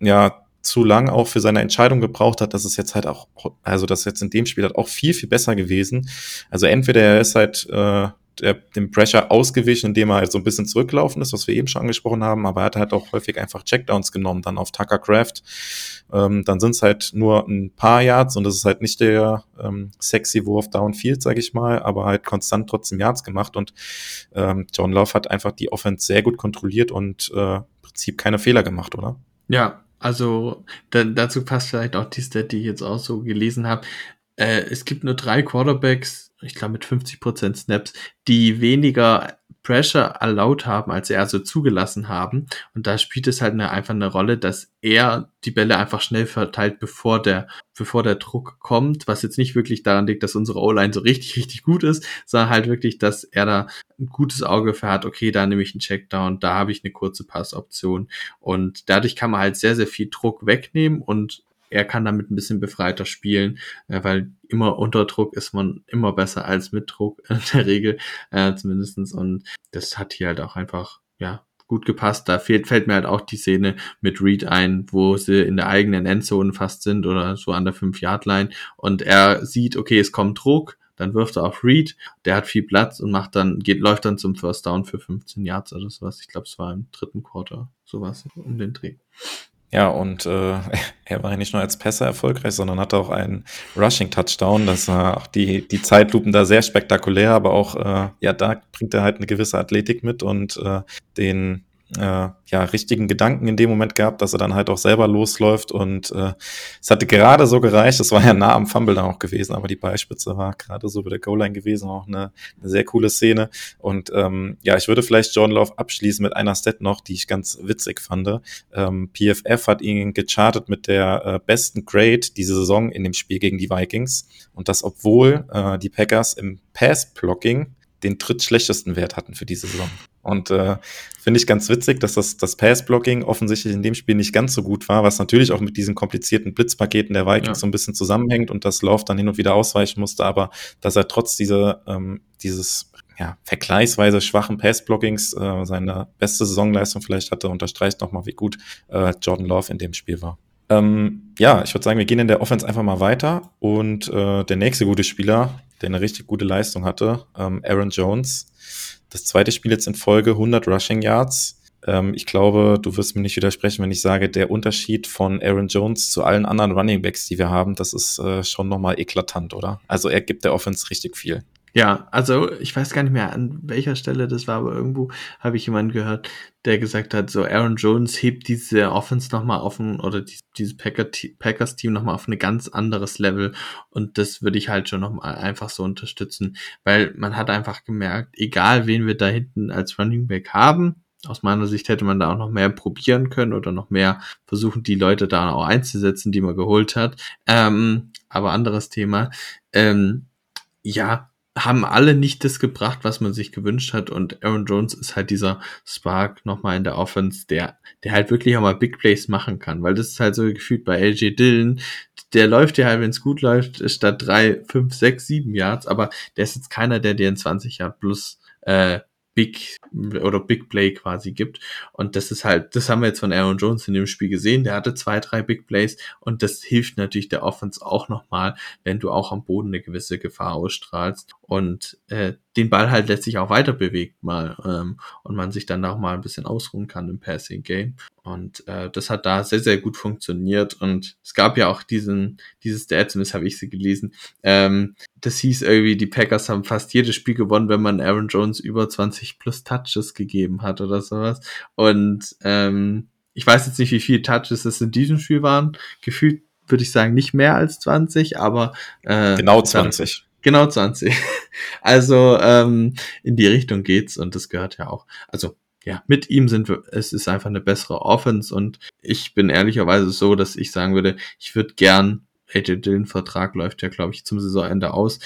zu lang auch für seine Entscheidung gebraucht hat. Das ist jetzt halt auch, also das jetzt in dem Spiel halt auch viel, viel besser gewesen. Also entweder er ist halt dem Pressure ausgewichen, indem er halt so ein bisschen zurückgelaufen ist, was wir eben schon angesprochen haben, aber er hat halt auch häufig einfach Checkdowns genommen, dann auf Tucker Kraft. Dann sind es halt nur ein paar Yards und das ist halt nicht der sexy Wurf downfield, sage ich mal, aber halt konstant trotzdem Yards gemacht und John Love hat einfach die Offense sehr gut kontrolliert und im Prinzip keine Fehler gemacht, oder? Ja, also dazu passt vielleicht auch die Stat, die ich jetzt auch so gelesen habe. Es gibt nur 3 Quarterbacks, ich glaube mit 50% Snaps, die weniger Pressure allowed haben, als er also zugelassen haben. Und da spielt es halt einfach eine Rolle, dass er die Bälle einfach schnell verteilt, bevor der Druck kommt, was jetzt nicht wirklich daran liegt, dass unsere O-Line so richtig, richtig gut ist, sondern halt wirklich, dass er da ein gutes Auge für hat, okay, da nehme ich einen Checkdown, da habe ich eine kurze Passoption und dadurch kann man halt sehr, sehr viel Druck wegnehmen und er kann damit ein bisschen befreiter spielen, weil immer unter Druck ist man immer besser als mit Druck in der Regel, zumindestens. Und das hat hier halt auch einfach, gut gepasst. Da fällt mir halt auch die Szene mit Reed ein, wo sie in der eigenen Endzone fast sind oder so an der 5-Yard-Line und er sieht, okay, es kommt Druck, dann wirft er auf Reed, der hat viel Platz und läuft dann zum First Down für 15 Yards oder sowas. Ich glaube, es war im 3. Quarter, sowas um den Dreh. Ja, und er war ja nicht nur als Passer erfolgreich, sondern hatte auch einen Rushing-Touchdown. Das war auch die Zeitlupen da sehr spektakulär, aber auch, da bringt er halt eine gewisse Athletik mit und den richtigen Gedanken in dem Moment gehabt, dass er dann halt auch selber losläuft und es hatte gerade so gereicht, es war ja nah am Fumble dann auch gewesen, aber die Ballspitze war gerade so bei der Goal-Line gewesen, auch eine sehr coole Szene und ich würde vielleicht Jordan Love abschließen mit einer Stat noch, die ich ganz witzig fand. PFF hat ihn gechartet mit der besten Grade diese Saison in dem Spiel gegen die Vikings und das, obwohl die Packers im Pass-Blocking den drittschlechtesten Wert hatten für diese Saison. Und finde ich ganz witzig, dass das Pass-Blocking offensichtlich in dem Spiel nicht ganz so gut war, was natürlich auch mit diesen komplizierten Blitzpaketen der Vikings so ein bisschen zusammenhängt und dass Love dann hin und wieder ausweichen musste, aber dass er trotz dieses vergleichsweise schwachen Pass-Blockings seine beste Saisonleistung vielleicht hatte, unterstreicht nochmal, wie gut Jordan Love in dem Spiel war. Ich würde sagen, wir gehen in der Offense einfach mal weiter und der nächste gute Spieler, der eine richtig gute Leistung hatte, Aaron Jones, das zweite Spiel jetzt in Folge, 100 Rushing Yards. Ich glaube, du wirst mir nicht widersprechen, wenn ich sage, der Unterschied von Aaron Jones zu allen anderen Running Backs, die wir haben, das ist schon nochmal eklatant, oder? Also er gibt der Offense richtig viel. Ja, also ich weiß gar nicht mehr, an welcher Stelle das war, aber irgendwo habe ich jemanden gehört, der gesagt hat, so Aaron Jones hebt diese Offense nochmal auf oder dieses Packers-Team nochmal auf ein ganz anderes Level, und das würde ich halt schon nochmal einfach so unterstützen, weil man hat einfach gemerkt, egal wen wir da hinten als Running Back haben, aus meiner Sicht hätte man da auch noch mehr probieren können oder noch mehr versuchen, die Leute da auch einzusetzen, die man geholt hat. Aber anderes Thema. Ja, haben alle nicht das gebracht, was man sich gewünscht hat, und Aaron Jones ist halt dieser Spark nochmal in der Offense, der halt wirklich auch mal Big Plays machen kann, weil das ist halt so gefühlt bei AJ Dillon, der läuft ja halt, wenn es gut läuft, statt 3, 5, 6, 7 Yards, aber der ist jetzt keiner, der dir in 20 Yard plus Big Play quasi gibt. Und das ist halt, das haben wir jetzt von Aaron Jones in dem Spiel gesehen. Der hatte 2, 3 Big Plays, und das hilft natürlich der Offense auch nochmal, wenn du auch am Boden eine gewisse Gefahr ausstrahlst und den Ball halt letztlich auch weiter bewegt mal und man sich dann auch mal ein bisschen ausruhen kann im Passing Game. Und das hat da sehr, sehr gut funktioniert. Und es gab ja auch dieses Stat, zumindest habe ich sie gelesen, das hieß irgendwie, die Packers haben fast jedes Spiel gewonnen, wenn man Aaron Jones über 20 plus Touches gegeben hat oder sowas. Und ich weiß jetzt nicht, wie viele Touches es in diesem Spiel waren. Gefühlt würde ich sagen, nicht mehr als 20, aber genau 20. Genau 20. Also in die Richtung geht's, und das gehört ja auch. Also ja, mit ihm es ist einfach eine bessere Offense, und ich bin ehrlicherweise so, dass ich sagen würde, ich würde gern, AJ Dillon Vertrag läuft ja, glaube ich, zum Saisonende aus.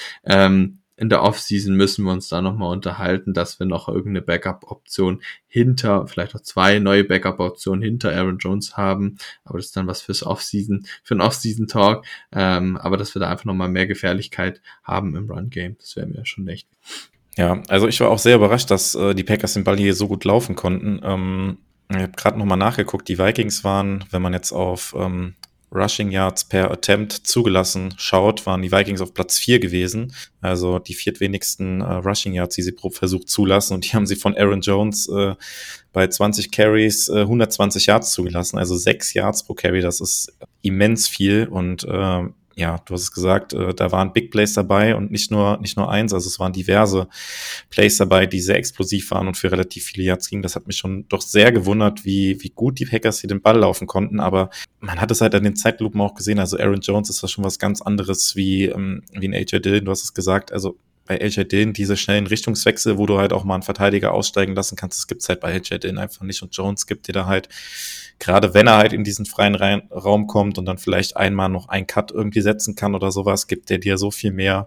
In der Offseason müssen wir uns da nochmal unterhalten, dass wir noch irgendeine Backup-Option vielleicht auch 2 neue Backup-Optionen hinter Aaron Jones haben. Aber das ist dann was für einen Off-Season-Talk. Aber dass wir da einfach nochmal mehr Gefährlichkeit haben im Run-Game, das wäre mir schon echt. Ja, also ich war auch sehr überrascht, dass die Packers den Ball hier so gut laufen konnten. Ich habe gerade nochmal nachgeguckt, die Vikings waren, wenn man jetzt auf Rushing Yards per Attempt zugelassen schaut, waren die Vikings auf Platz 4 gewesen. Also die viertwenigsten Rushing Yards, die sie pro Versuch zulassen. Und die haben sie von Aaron Jones bei 20 Carries 120 Yards zugelassen. Also 6 Yards pro Carry, das ist immens viel. Und ja, du hast es gesagt, da waren Big Plays dabei und nicht nur eins, also es waren diverse Plays dabei, die sehr explosiv waren und für relativ viele Yards gingen. Das hat mich schon doch sehr gewundert, wie gut die Packers hier den Ball laufen konnten, aber man hat es halt an den Zeitlupen auch gesehen, also Aaron Jones ist das schon was ganz anderes wie ein AJ Dillon, du hast es gesagt, also bei AJ Dillon diese schnellen Richtungswechsel, wo du halt auch mal einen Verteidiger aussteigen lassen kannst, das gibt's halt bei AJ Dillon einfach nicht, und Jones gibt dir da halt, gerade wenn er halt in diesen freien Raum kommt und dann vielleicht einmal noch einen Cut irgendwie setzen kann oder sowas, gibt der dir so viel mehr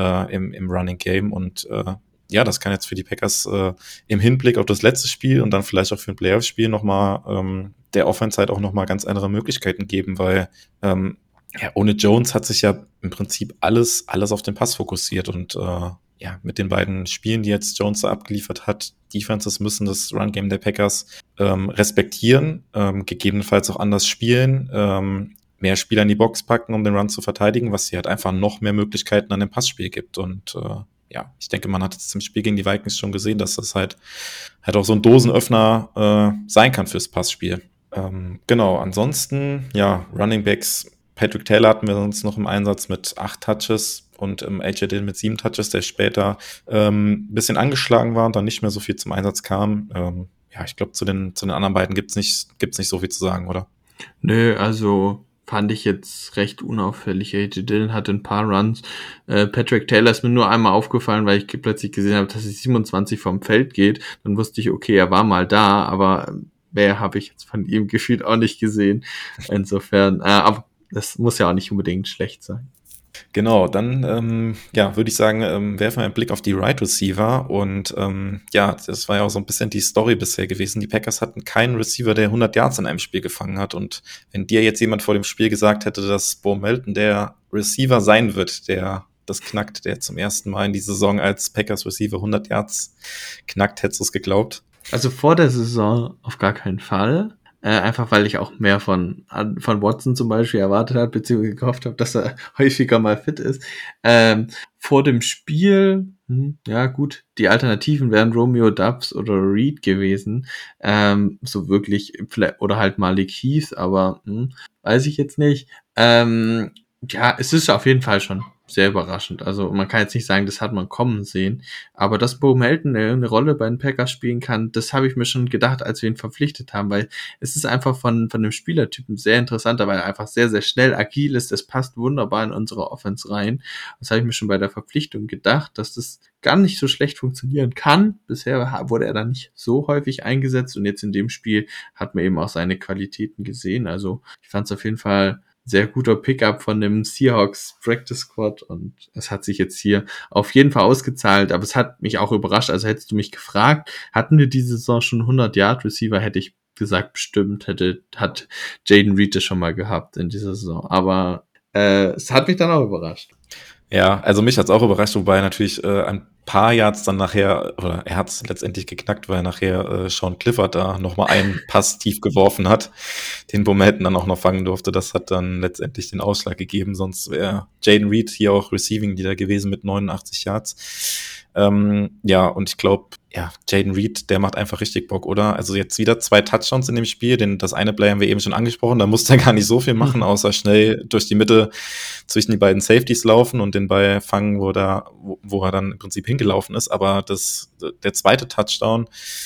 im Running Game, und ja, das kann jetzt für die Packers im Hinblick auf das letzte Spiel und dann vielleicht auch für ein Playoff-Spiel nochmal der Offense halt auch nochmal ganz andere Möglichkeiten geben, weil ja, ohne Jones hat sich ja im Prinzip alles auf den Pass fokussiert, und ja, mit den beiden Spielen, die jetzt Jones da abgeliefert hat, Defenses müssen das Run-Game der Packers respektieren, gegebenenfalls auch anders spielen, mehr Spieler in die Box packen, um den Run zu verteidigen, was sie halt einfach noch mehr Möglichkeiten an dem Passspiel gibt. Und ja, ich denke, man hat jetzt im Spiel gegen die Vikings schon gesehen, dass das halt auch so ein Dosenöffner sein kann fürs Passspiel. Genau, ansonsten, ja, Running Backs, Patrick Taylor hatten wir sonst noch im Einsatz mit 8 Touches und AJ Dillon mit 7 Touches, der später ein bisschen angeschlagen war und dann nicht mehr so viel zum Einsatz kam. Ja, ich glaube, zu den anderen beiden gibt's nicht so viel zu sagen, oder? Nö, also fand ich jetzt recht unauffällig. AJ Dillon hatte ein paar Runs. Patrick Taylor ist mir nur einmal aufgefallen, weil ich plötzlich gesehen habe, dass es 27 vom Feld geht. Dann wusste ich, okay, er war mal da, aber mehr habe ich jetzt von ihm gefühlt auch nicht gesehen. Insofern, aber das muss ja auch nicht unbedingt schlecht sein. Genau, dann ja, würde ich sagen, werfen wir einen Blick auf die Right Receiver, und ja, das war ja auch so ein bisschen die Story bisher gewesen. Die Packers hatten keinen Receiver, der 100 Yards in einem Spiel gefangen hat, und wenn dir jetzt jemand vor dem Spiel gesagt hätte, dass Bo Melton der Receiver sein wird, der das knackt, der zum ersten Mal in die Saison als Packers Receiver 100 Yards knackt, hättest du es geglaubt? Also vor der Saison auf gar keinen Fall. einfach weil ich auch mehr von Watson zum Beispiel erwartet habe, beziehungsweise gehofft habe, dass er häufiger mal fit ist. Vor dem Spiel, ja gut, die Alternativen wären Romeo Doubs oder Reed gewesen, so wirklich, oder halt Malik Heath, aber weiß ich jetzt nicht. Ja, es ist auf jeden Fall schon sehr überraschend. Also man kann jetzt nicht sagen, das hat man kommen sehen, aber dass Bo Melton eine Rolle bei den Packers spielen kann, das habe ich mir schon gedacht, als wir ihn verpflichtet haben, weil es ist einfach von dem Spielertypen sehr interessant, weil er einfach sehr, sehr schnell, agil ist, das passt wunderbar in unsere Offense rein. Das habe ich mir schon bei der Verpflichtung gedacht, dass das gar nicht so schlecht funktionieren kann. Bisher wurde er dann nicht so häufig eingesetzt und jetzt in dem Spiel hat man eben auch seine Qualitäten gesehen. Also ich fand es auf jeden Fall sehr guter Pickup von dem Seahawks Practice Squad und es hat sich jetzt hier auf jeden Fall ausgezahlt, aber es hat mich auch überrascht, also hättest du mich gefragt, hatten wir diese Saison schon 100-Yard-Receiver, hätte ich gesagt, bestimmt hat Jaden Reed das schon mal gehabt in dieser Saison, aber es hat mich dann auch überrascht. Ja, also mich hat's auch überrascht, wobei natürlich ein paar Yards dann nachher, oder er hat's letztendlich geknackt, weil nachher Sean Clifford da nochmal einen Pass tief geworfen hat, den Bo Melton dann auch noch fangen durfte. Das hat dann letztendlich den Ausschlag gegeben, sonst wäre Jaden Reed hier auch Receiving Leader gewesen mit 89 Yards. Ja, und ich glaube, ja, Jaden Reed, der macht einfach richtig Bock, oder? Also jetzt wieder 2 Touchdowns in dem Spiel, das eine Play haben wir eben schon angesprochen, da musste er gar nicht so viel machen, außer schnell durch die Mitte zwischen die beiden Safeties laufen und den Ball fangen, wo er dann im Prinzip hingelaufen ist, aber der zweite Touchdown,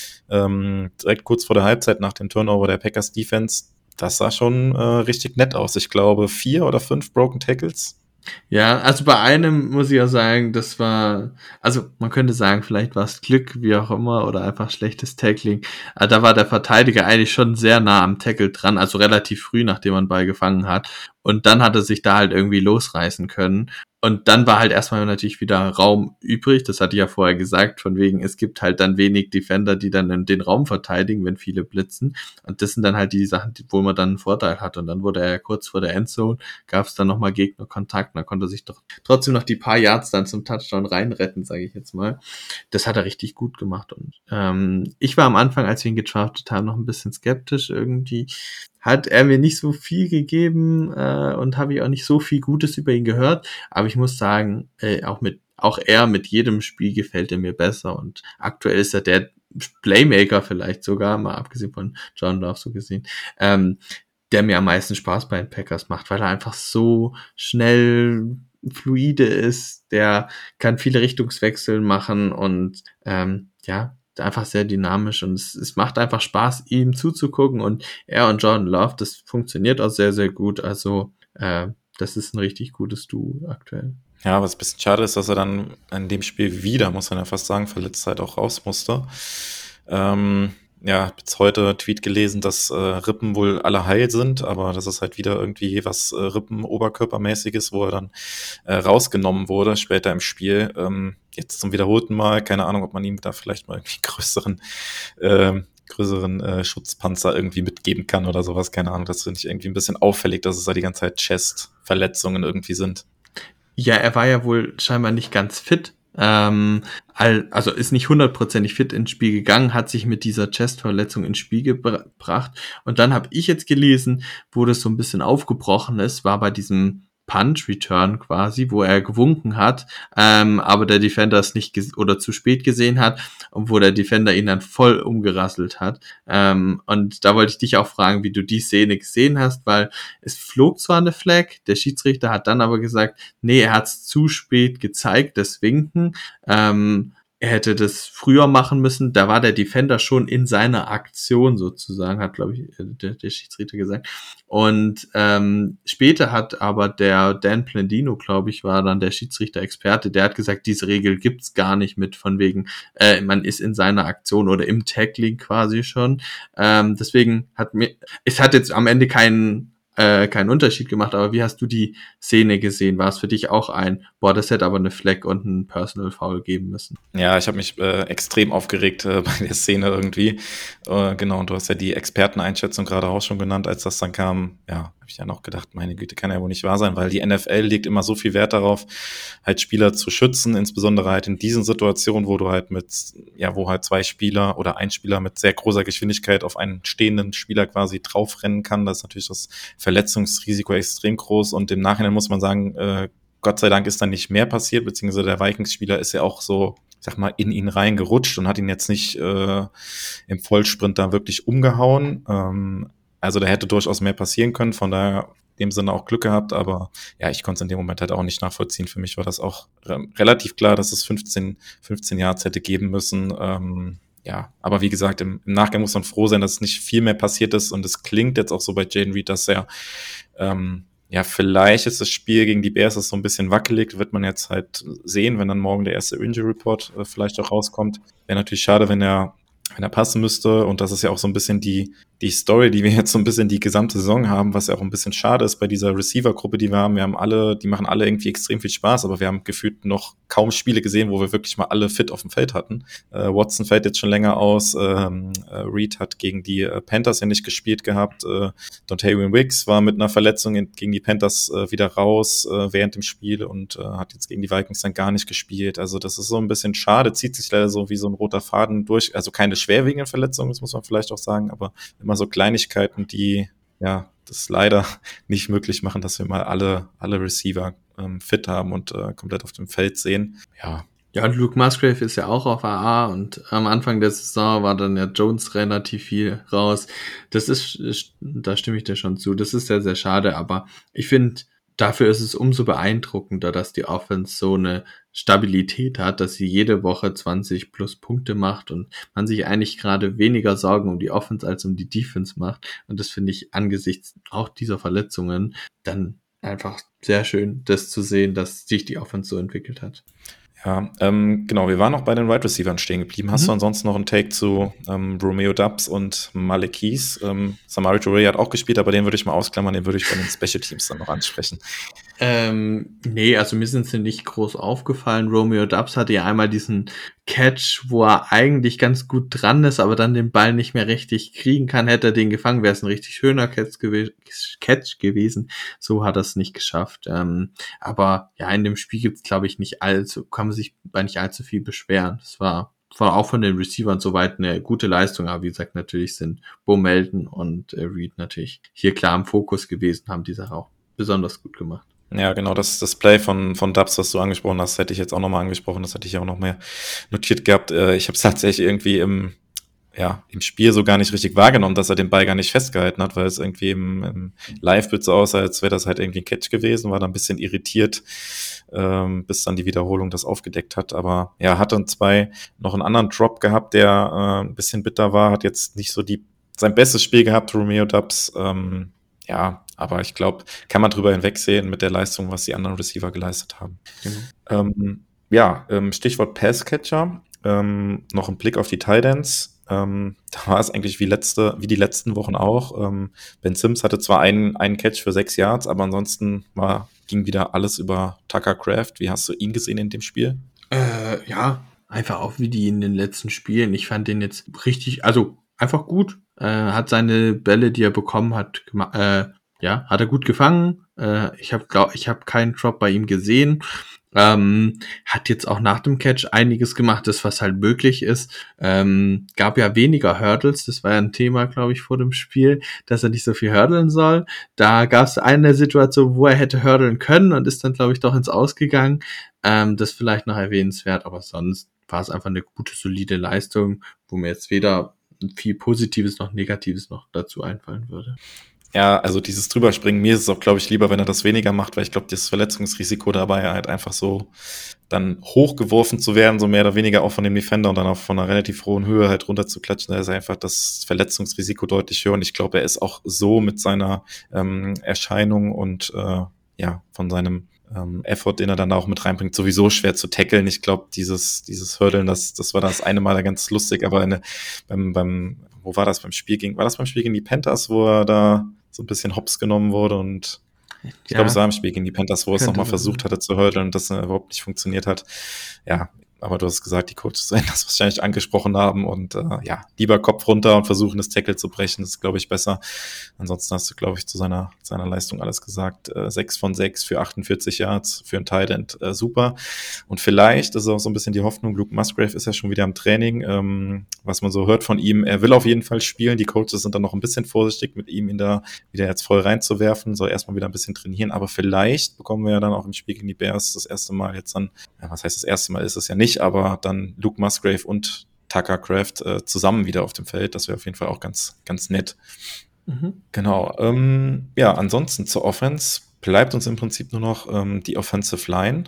direkt kurz vor der Halbzeit nach dem Turnover der Packers Defense, das sah schon richtig nett aus. Ich glaube 4 oder 5 Broken Tackles. Ja, also bei einem muss ich ja sagen, das war, also man könnte sagen, vielleicht war es Glück, wie auch immer, oder einfach schlechtes Tackling. Aber da war der Verteidiger eigentlich schon sehr nah am Tackle dran, also relativ früh, nachdem man den Ball gefangen hat. Und dann hat er sich da halt irgendwie losreißen können. Und dann war halt erstmal natürlich wieder Raum übrig. Das hatte ich ja vorher gesagt, von wegen, es gibt halt dann wenig Defender, die dann den Raum verteidigen, wenn viele blitzen. Und das sind dann halt die Sachen, wo man dann einen Vorteil hat. Und dann wurde er kurz vor der Endzone, gab es dann nochmal Gegnerkontakt. Und dann konnte er sich doch trotzdem noch die paar Yards dann zum Touchdown reinretten, sage ich jetzt mal. Das hat er richtig gut gemacht. Und ich war am Anfang, als wir ihn gedraftet haben, noch ein bisschen skeptisch. Irgendwie hat er mir nicht so viel gegeben und habe ich auch nicht so viel Gutes über ihn gehört. Aber ich muss sagen, auch er mit jedem Spiel gefällt er mir besser. Und aktuell ist er der Playmaker vielleicht sogar, mal abgesehen von John Love so gesehen, der mir am meisten Spaß bei den Packers macht, weil er einfach so schnell fluide ist, der kann viele Richtungswechsel machen und einfach sehr dynamisch und es macht einfach Spaß, ihm zuzugucken und er und Jordan Love, das funktioniert auch sehr, sehr gut, also das ist ein richtig gutes Duo aktuell. Ja, was ein bisschen schade ist, dass er dann in dem Spiel wieder, muss man ja fast sagen, verletzt halt auch raus musste. Ja, jetzt heute Tweet gelesen, dass Rippen wohl alle heil sind, aber das ist halt wieder irgendwie was Rippen-Oberkörpermäßiges, wo er dann rausgenommen wurde später im Spiel. Jetzt zum wiederholten Mal, keine Ahnung, ob man ihm da vielleicht mal irgendwie größeren Schutzpanzer irgendwie mitgeben kann oder sowas, keine Ahnung. Das finde ich irgendwie ein bisschen auffällig, dass es da die ganze Zeit Chest-Verletzungen irgendwie sind. Ja, er war ja wohl scheinbar nicht ganz fit. Also ist nicht 100% fit ins Spiel gegangen, hat sich mit dieser Chest-Verletzung ins Spiel gebracht. Und dann habe ich jetzt gelesen, wo das so ein bisschen aufgebrochen ist, war bei diesem Punch-Return quasi, wo er gewunken hat, aber der Defender es nicht oder zu spät gesehen hat und wo der Defender ihn dann voll umgerasselt hat. Und da wollte ich dich auch fragen, wie du die Szene gesehen hast, weil es flog zwar eine Flag, der Schiedsrichter hat dann aber gesagt, nee, er hat es zu spät gezeigt, das Winken. Er hätte das früher machen müssen, da war der Defender schon in seiner Aktion sozusagen, hat, glaube ich, der Schiedsrichter gesagt. Und später hat aber der Dan Plandino, glaube ich, war dann der Schiedsrichter-Experte, der hat gesagt, diese Regel gibt's gar nicht mit, von wegen, man ist in seiner Aktion oder im Tackling quasi schon. Deswegen es hat jetzt am Ende keinen keinen Unterschied gemacht, aber wie hast du die Szene gesehen? War es für dich auch das hätte aber eine Flag und ein Personal Foul geben müssen? Ja, ich habe mich extrem aufgeregt bei der Szene irgendwie. Genau, und du hast ja die Experteneinschätzung gerade auch schon genannt, als das dann kam. Ja, habe ich dann auch gedacht, meine Güte, kann ja wohl nicht wahr sein, weil die NFL legt immer so viel Wert darauf, halt Spieler zu schützen, insbesondere halt in diesen Situationen, wo du halt wo halt zwei Spieler oder ein Spieler mit sehr großer Geschwindigkeit auf einen stehenden Spieler quasi draufrennen kann. Das ist natürlich das Verletzungsrisiko extrem groß, und im Nachhinein muss man sagen, Gott sei Dank ist dann nicht mehr passiert, beziehungsweise der Vikings-Spieler ist ja auch so, ich sag mal, in ihn reingerutscht und hat ihn jetzt nicht im Vollsprint da wirklich umgehauen. Also da hätte durchaus mehr passieren können, von daher in dem Sinne auch Glück gehabt, aber ja, ich konnte es in dem Moment halt auch nicht nachvollziehen. Für mich war das auch relativ klar, dass es 15 Yards hätte geben müssen. Ja, aber wie gesagt, im Nachgang muss man froh sein, dass nicht viel mehr passiert ist, und es klingt jetzt auch so bei Jayden Reed, dass er vielleicht ist das Spiel gegen die Bears so ein bisschen wackelig, wird man jetzt halt sehen, wenn dann morgen der erste Injury Report vielleicht auch rauskommt. Wäre natürlich schade, wenn er passen müsste, und das ist ja auch so ein bisschen die Story, die wir jetzt so ein bisschen die gesamte Saison haben, was ja auch ein bisschen schade ist bei dieser Receiver-Gruppe, die wir haben. Die machen alle irgendwie extrem viel Spaß, aber wir haben gefühlt noch kaum Spiele gesehen, wo wir wirklich mal alle fit auf dem Feld hatten. Watson fällt jetzt schon länger aus, Reed hat gegen die Panthers ja nicht gespielt gehabt, Dontayvion Wicks war mit einer Verletzung gegen die Panthers wieder raus während dem Spiel und hat jetzt gegen die Vikings dann gar nicht gespielt. Also das ist so ein bisschen schade, zieht sich leider so wie so ein roter Faden durch, also keine schwerwiegenden Verletzungen, das muss man vielleicht auch sagen, aber immer so Kleinigkeiten, die ja das leider nicht möglich machen, dass wir mal alle Receiver fit haben und komplett auf dem Feld sehen. Ja, und Luke Musgrave ist ja auch auf AA, und am Anfang der Saison war dann ja Jones relativ viel raus. Da stimme ich dir schon zu. Das ist sehr, sehr schade, aber ich finde, dafür ist es umso beeindruckender, dass die Offense so eine Stabilität hat, dass sie jede Woche 20 plus Punkte macht und man sich eigentlich gerade weniger Sorgen um die Offense als um die Defense macht. Und das finde ich angesichts auch dieser Verletzungen dann einfach sehr schön, das zu sehen, dass sich die Offense so entwickelt hat. Ja, genau, wir waren noch bei den Wide Receivers stehen geblieben. Hast du ansonsten noch einen Take zu Romeo Doubs und Malik Keys? Samari Toure hat auch gespielt, aber den würde ich mal ausklammern, den würde ich bei den Special Teams dann noch ansprechen. Nee, also mir sind sie nicht groß aufgefallen. Romeo Doubs hatte ja einmal diesen Catch, wo er eigentlich ganz gut dran ist, aber dann den Ball nicht mehr richtig kriegen kann. Hätte er den gefangen, wäre es ein richtig schöner Catch gewesen. So hat er es nicht geschafft. Aber ja, in dem Spiel gibt's, glaube ich, kann man sich bei nicht allzu viel beschweren. Das war auch von den Receivern soweit eine gute Leistung, aber wie gesagt, natürlich sind Bo Melton und Reed natürlich hier klar im Fokus gewesen, haben die Sache auch besonders gut gemacht. Ja, genau, das Play von Doubs, was du angesprochen hast, hätte ich jetzt auch nochmal angesprochen, das hätte ich auch noch mehr notiert gehabt. Ich habe es tatsächlich irgendwie im Spiel so gar nicht richtig wahrgenommen, dass er den Ball gar nicht festgehalten hat, weil es irgendwie im Live-Bild so aussah, als wäre das halt irgendwie ein Catch gewesen, war dann ein bisschen irritiert, bis dann die Wiederholung das aufgedeckt hat. Aber ja, hat dann noch einen anderen Drop gehabt, der ein bisschen bitter war, hat jetzt nicht so sein bestes Spiel gehabt, Romeo Doubs, aber ich glaube, kann man drüber hinwegsehen mit der Leistung, was die anderen Receiver geleistet haben. Genau. Stichwort Passcatcher, noch ein Blick auf die Tight Ends. Da war es eigentlich wie die letzten Wochen auch. Ben Sims hatte zwar einen Catch für 6 Yards, aber ansonsten ging wieder alles über Tucker Kraft. Wie hast du ihn gesehen in dem Spiel? Ja, einfach auch wie die in den letzten Spielen. Ich fand den jetzt richtig, also einfach gut. Hat seine Bälle, die er bekommen hat, hat er gut gefangen. Ich habe keinen Drop bei ihm gesehen. Hat jetzt auch nach dem Catch einiges gemacht, das was halt möglich ist. Gab ja weniger Hurdles, das war ja ein Thema, glaube ich, vor dem Spiel, dass er nicht so viel hurdlen soll. Da gab es eine Situation, wo er hätte hurdlen können und ist dann, glaube ich, doch ins Ausgegangen. Das vielleicht noch erwähnenswert, aber sonst war es einfach eine gute, solide Leistung, wo mir jetzt weder viel Positives noch Negatives noch dazu einfallen würde. Ja, also dieses Drüberspringen, mir ist es auch, glaube ich, lieber, wenn er das weniger macht, weil ich glaube, das Verletzungsrisiko dabei halt einfach so dann hochgeworfen zu werden, so mehr oder weniger auch von dem Defender und dann auch von einer relativ hohen Höhe halt runterzuklatschen, da ist einfach das Verletzungsrisiko deutlich höher und ich glaube, er ist auch so mit seiner Erscheinung und von seinem Effort, den er dann auch mit reinbringt, sowieso schwer zu tackeln. Ich glaube, dieses Hurdlen, das war das eine Mal ganz lustig, aber wo war das beim Spiel gegen die Panthers, wo er da so ein bisschen hops genommen wurde und ich Ja, glaube, es war im Spiel gegen die Panthers, wo er es könnte nochmal sein. versucht hatte zu hurdlen und das überhaupt nicht funktioniert hat. Ja, aber du hast gesagt, die Coaches werden das wahrscheinlich angesprochen haben und ja, lieber Kopf runter und versuchen, das Tackle zu brechen, das ist, glaube ich, besser. Ansonsten hast du, glaube ich, zu seiner Leistung alles gesagt. 6 von 6 für 48 Yards für ein Tight End, super. Und vielleicht ist auch so ein bisschen die Hoffnung, Luke Musgrave ist ja schon wieder im Training, was man so hört von ihm, er will auf jeden Fall spielen, die Coaches sind dann noch ein bisschen vorsichtig mit ihm, ihn da wieder jetzt voll reinzuwerfen, soll erstmal wieder ein bisschen trainieren, aber vielleicht bekommen wir ja dann auch im Spiel gegen die Bears das erste Mal jetzt dann, ja, was heißt das erste Mal ist es ja nicht, aber dann Luke Musgrave und Tucker Kraft zusammen wieder auf dem Feld. Das wäre auf jeden Fall auch ganz, ganz nett. Mhm. Genau. Ja, ansonsten zur Offense bleibt uns im Prinzip nur noch die Offensive Line.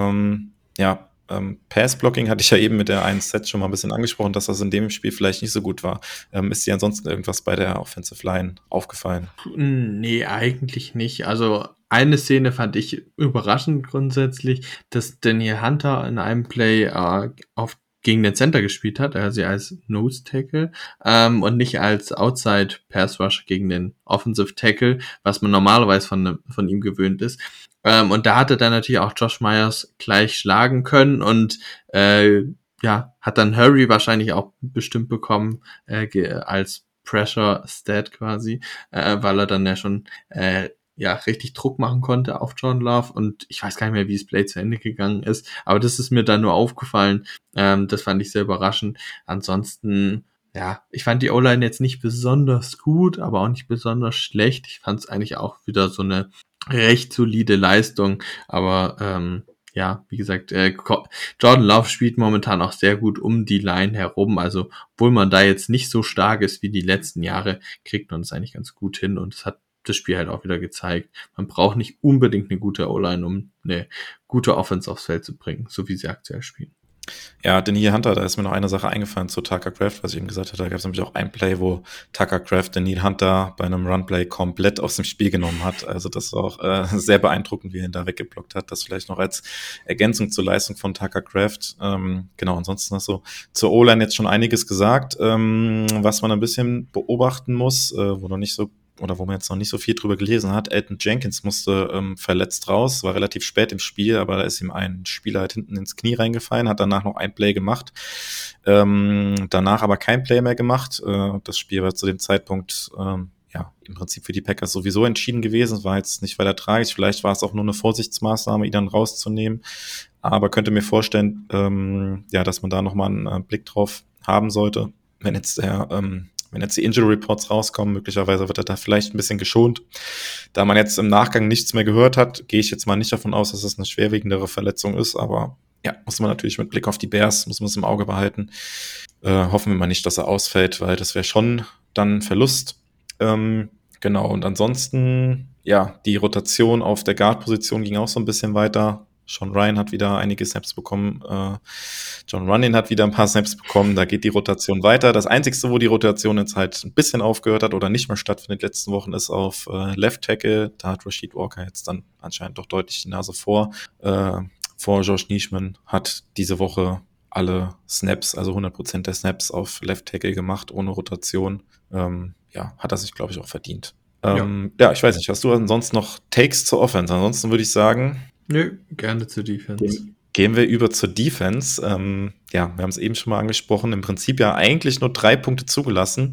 Ja, Pass-Blocking hatte ich ja eben mit der 1-Set schon mal ein bisschen angesprochen, dass das in dem Spiel vielleicht nicht so gut war. Ist dir ansonsten irgendwas bei der Offensive Line aufgefallen? Nee, eigentlich nicht. Also eine Szene fand ich überraschend grundsätzlich, dass Daniel Hunter in einem Play gegen den Center gespielt hat, also als Nose Tackle und nicht als Outside Pass Rusher gegen den Offensive Tackle, was man normalerweise von ihm gewöhnt ist. Und da hatte dann natürlich auch Josh Myers gleich schlagen können und ja, hat dann Hurry wahrscheinlich auch bestimmt bekommen als Pressure Stat quasi, weil er dann ja schon ja richtig Druck machen konnte auf Jordan Love und ich weiß gar nicht mehr, wie das Play zu Ende gegangen ist, aber das ist mir dann nur aufgefallen. Das fand ich sehr überraschend. Ansonsten, ja, ich fand die O-Line jetzt nicht besonders gut, aber auch nicht besonders schlecht. Ich fand es eigentlich auch wieder so eine recht solide Leistung, aber ja, wie gesagt, Jordan Love spielt momentan auch sehr gut um die Line herum, also obwohl man da jetzt nicht so stark ist wie die letzten Jahre, kriegt man es eigentlich ganz gut hin und es hat das Spiel halt auch wieder gezeigt. Man braucht nicht unbedingt eine gute O-Line, um eine gute Offense aufs Feld zu bringen, so wie sie aktuell spielen. Ja, Daniel Hunter, da ist mir noch eine Sache eingefallen zu Tucker Kraft, was ich eben gesagt hatte. Da gab es nämlich auch ein Play, wo Tucker Kraft Daniel Hunter bei einem Runplay komplett aus dem Spiel genommen hat. Also das war auch sehr beeindruckend, wie er ihn da weggeblockt hat. Das vielleicht noch als Ergänzung zur Leistung von Tucker Kraft. Genau, ansonsten hast du zur O-Line jetzt schon einiges gesagt, was man ein bisschen beobachten muss, wo noch nicht so oder wo man jetzt noch nicht so viel drüber gelesen hat. Elton Jenkins musste verletzt raus, war relativ spät im Spiel, aber da ist ihm ein Spieler halt hinten ins Knie reingefallen, hat danach noch ein Play gemacht, danach aber kein Play mehr gemacht. Das Spiel war zu dem Zeitpunkt ja, im Prinzip für die Packers sowieso entschieden gewesen. Es war jetzt nicht weiter tragisch, vielleicht war es auch nur eine Vorsichtsmaßnahme, ihn dann rauszunehmen, aber könnte mir vorstellen, ja, dass man da nochmal einen Blick drauf haben sollte, wenn jetzt die Injury Reports rauskommen, möglicherweise wird er da vielleicht ein bisschen geschont. Da man jetzt im Nachgang nichts mehr gehört hat, gehe ich jetzt mal nicht davon aus, dass es eine schwerwiegendere Verletzung ist, aber ja, muss man natürlich mit Blick auf die Bears, muss man es im Auge behalten. Hoffen wir mal nicht, dass er ausfällt, weil das wäre schon dann ein Verlust. Genau, und ansonsten, ja, die Rotation auf der Guard-Position ging auch so ein bisschen weiter. Sean Ryan hat wieder einige Snaps bekommen. John Runyon hat wieder ein paar Snaps bekommen. Da geht die Rotation weiter. Das Einzige, wo die Rotation jetzt halt ein bisschen aufgehört hat oder nicht mehr stattfindet in den letzten Wochen, ist auf Left Tackle. Da hat Rashid Walker jetzt dann anscheinend doch deutlich die Nase vor. Josh Nijman hat diese Woche alle Snaps, also 100% der Snaps auf Left Tackle gemacht, ohne Rotation. Ja, hat er sich, glaube ich, auch verdient. Ja, ich weiß nicht, hast du ansonsten noch Takes zur Offense? Ansonsten würde ich sagen, Nö, gerne zur Defense. Gehen wir über zur Defense. Ja, wir haben es eben schon mal angesprochen. Im Prinzip ja eigentlich nur 3 Punkte zugelassen.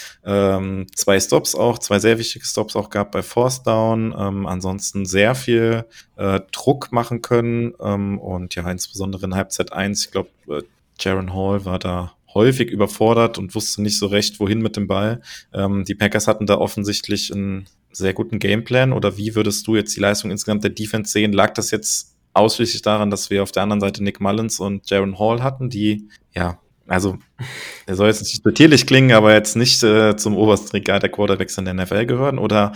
2 Stops auch, 2 sehr wichtige Stops auch gab bei Fourth Down. Ansonsten sehr viel Druck machen können. Und ja, insbesondere in Halbzeit 1, ich glaube, Jaron Hall war da häufig überfordert und wusste nicht so recht, wohin mit dem Ball. Die Packers hatten da offensichtlich einen sehr guten Gameplan, oder wie würdest du jetzt die Leistung insgesamt der Defense sehen? Lag das jetzt ausschließlich daran, dass wir auf der anderen Seite Nick Mullins und Jaron Hall hatten, die, ja, also, der soll jetzt nicht disputierlich klingen, aber jetzt nicht zum obersten Regal der Quarterbacks in der NFL gehören, oder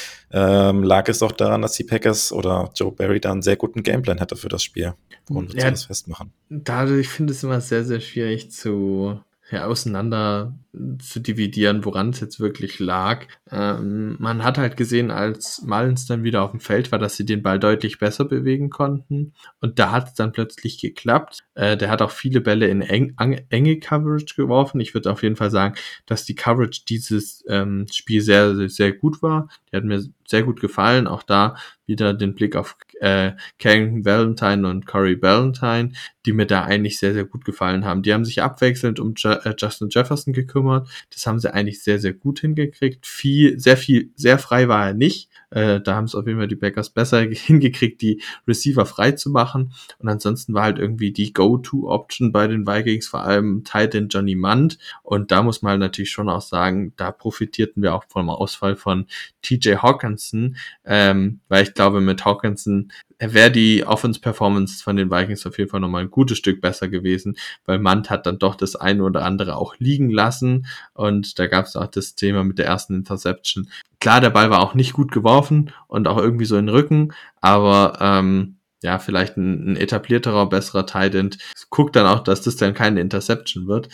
lag es auch daran, dass die Packers oder Joe Barry da einen sehr guten Gameplan hatte für das Spiel? Und wir das festmachen. Dadurch finde ich es immer sehr, sehr schwierig zu auseinander zu dividieren, woran es jetzt wirklich lag. Man hat halt gesehen, als Mullins dann wieder auf dem Feld war, dass sie den Ball deutlich besser bewegen konnten. Und da hat es dann plötzlich geklappt. Der hat auch viele Bälle in enge Coverage geworfen. Ich würde auf jeden Fall sagen, dass die Coverage dieses Spiel sehr, sehr, sehr gut war. Die hat mir sehr gut gefallen. Auch da wieder den Blick auf Carrington Valentine und Corey Ballantyne, die mir da eigentlich sehr, sehr gut gefallen haben. Die haben sich abwechselnd um Justin Jefferson gekümmert. Das haben sie eigentlich sehr, sehr gut hingekriegt. Sehr frei war er nicht. Da haben es auf jeden Fall die Packers besser hingekriegt, die Receiver frei zu machen. Und ansonsten war halt irgendwie die Go-To-Option bei den Vikings, vor allem Tight End Johnny Munt. Und da muss man halt natürlich schon auch sagen, da profitierten wir auch vom Ausfall von TJ Hawkinson, weil ich glaube, mit Hawkinson wäre die Offense-Performance von den Vikings auf jeden Fall nochmal ein gutes Stück besser gewesen, weil Munt hat dann doch das eine oder andere auch liegen lassen und da gab es auch das Thema mit der ersten Interception. Klar, der Ball war auch nicht gut geworfen und auch irgendwie so in den Rücken, aber ja, vielleicht ein etablierterer, besserer Tight End guckt dann auch, dass das dann keine Interception wird.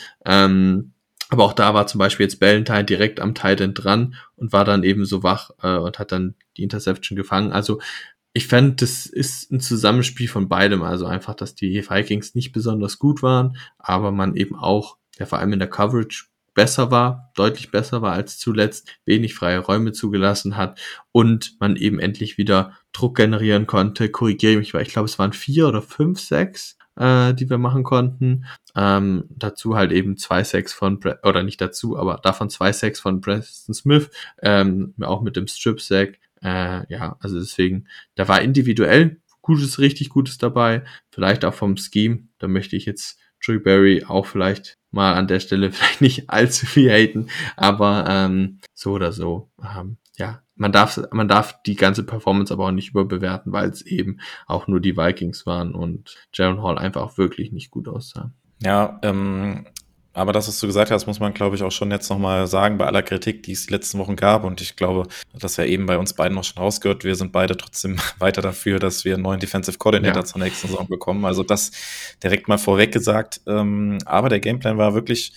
Aber auch da war zum Beispiel jetzt Ballantyne direkt am Tight End dran und war dann eben so wach und hat dann die Interception gefangen. Also ich fände, das ist ein Zusammenspiel von beidem. Also einfach, dass die Vikings nicht besonders gut waren, aber man eben auch, ja, vor allem in der Coverage besser war, deutlich besser war als zuletzt, wenig freie Räume zugelassen hat und man eben endlich wieder Druck generieren konnte. Korrigiere mich, weil ich glaube, es waren 4 oder 5 Sacks, die wir machen konnten. Dazu halt eben 2 Sacks von, oder nicht dazu, aber davon 2 Sacks von Preston Smith, auch mit dem Strip-Sack. Ja, also deswegen, da war individuell richtig Gutes dabei, vielleicht auch vom Scheme, da möchte ich jetzt Drew Barry auch vielleicht mal an der Stelle vielleicht nicht allzu viel haten, aber so oder so, ja, man darf die ganze Performance aber auch nicht überbewerten, weil es eben auch nur die Vikings waren und Jaron Hall einfach auch wirklich nicht gut aussah. Ja, aber das, was du gesagt hast, muss man, glaube ich, auch schon jetzt nochmal sagen, bei aller Kritik, die es die letzten Wochen gab. Und ich glaube, das ja eben bei uns beiden noch schon rausgehört. Wir sind beide trotzdem weiter dafür, dass wir einen neuen Defensive Coordinator zur nächsten Saison bekommen. Also das direkt mal vorweg gesagt. Aber der Gameplan war wirklich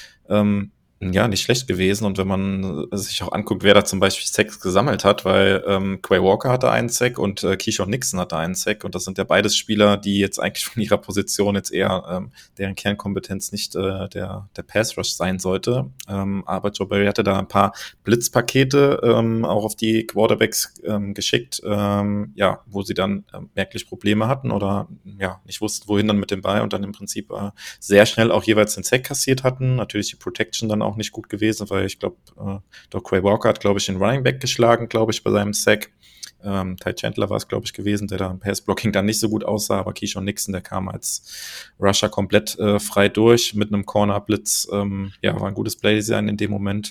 ja, nicht schlecht gewesen. Und wenn man sich auch anguckt, wer da zum Beispiel Sacks gesammelt hat, weil Quay Walker hatte einen Sack und Keyshawn Nixon hatte einen Sack. Und das sind ja beides Spieler, die jetzt eigentlich von ihrer Position jetzt eher deren Kernkompetenz nicht der Pass-Rush sein sollte. Aber Joe Barry hatte da ein paar Blitzpakete auch auf die Quarterbacks geschickt, ja, wo sie dann merklich Probleme hatten oder ja nicht wussten, wohin dann mit dem Ball und dann im Prinzip sehr schnell auch jeweils den Sack kassiert hatten. Natürlich die Protection dann auch nicht gut gewesen, weil ich glaube, Doc Quay Walker hat, glaube ich, den Running Back geschlagen, glaube ich, bei seinem Sack. Ty Chandler war es, glaube ich, gewesen, der da im Pass-Blocking dann nicht so gut aussah, aber Keyshawn Nixon, der kam als Rusher komplett frei durch mit einem Corner-Blitz. Ja, war ein gutes Play-Design in dem Moment.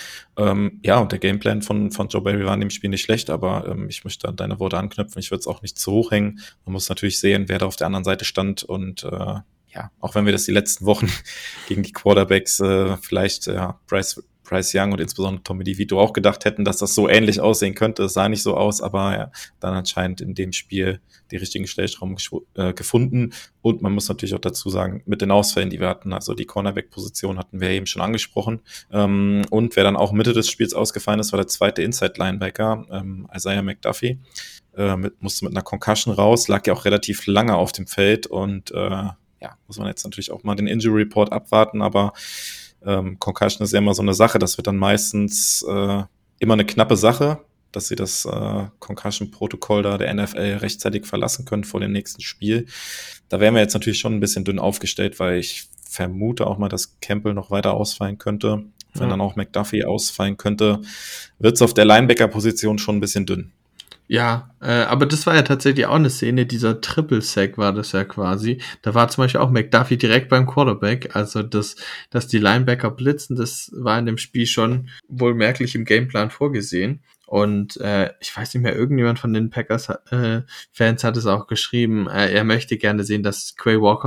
Ja, und der Gameplan von Joe Barry war in dem Spiel nicht schlecht, aber ich möchte an deine Worte anknüpfen. Ich würde es auch nicht zu hoch hängen. Man muss natürlich sehen, wer da auf der anderen Seite stand und ja, auch wenn wir das die letzten Wochen gegen die Quarterbacks vielleicht Bryce Young und insbesondere Tommy DeVito auch gedacht hätten, dass das so ähnlich aussehen könnte. Es sah nicht so aus, aber ja, dann anscheinend in dem Spiel die richtigen Stellschrauben gefunden. Und man muss natürlich auch dazu sagen, mit den Ausfällen, die wir hatten, also die Cornerback-Position hatten wir eben schon angesprochen. Und wer dann auch Mitte des Spiels ausgefallen ist, war der zweite Inside-Linebacker, Isaiah McDuffie. Musste mit einer Concussion raus, lag ja auch relativ lange auf dem Feld und ja, muss man jetzt natürlich auch mal den Injury Report abwarten, aber Concussion ist ja immer so eine Sache, das wird dann meistens immer eine knappe Sache, dass sie das Concussion-Protokoll da der NFL rechtzeitig verlassen können vor dem nächsten Spiel. Da wären wir jetzt natürlich schon ein bisschen dünn aufgestellt, weil ich vermute auch mal, dass Campbell noch weiter ausfallen könnte. Wenn dann auch McDuffie ausfallen könnte, wird es auf der Linebacker-Position schon ein bisschen dünn. Ja, aber das war ja tatsächlich auch eine Szene, dieser Triple-Sack war das ja quasi. Da war zum Beispiel auch McDuffie direkt beim Quarterback, also dass die Linebacker blitzen, das war in dem Spiel schon wohl merklich im Gameplan vorgesehen. Und ich weiß nicht mehr, irgendjemand von den Packers-Fans hat es auch geschrieben, er möchte gerne sehen, dass Quay Walker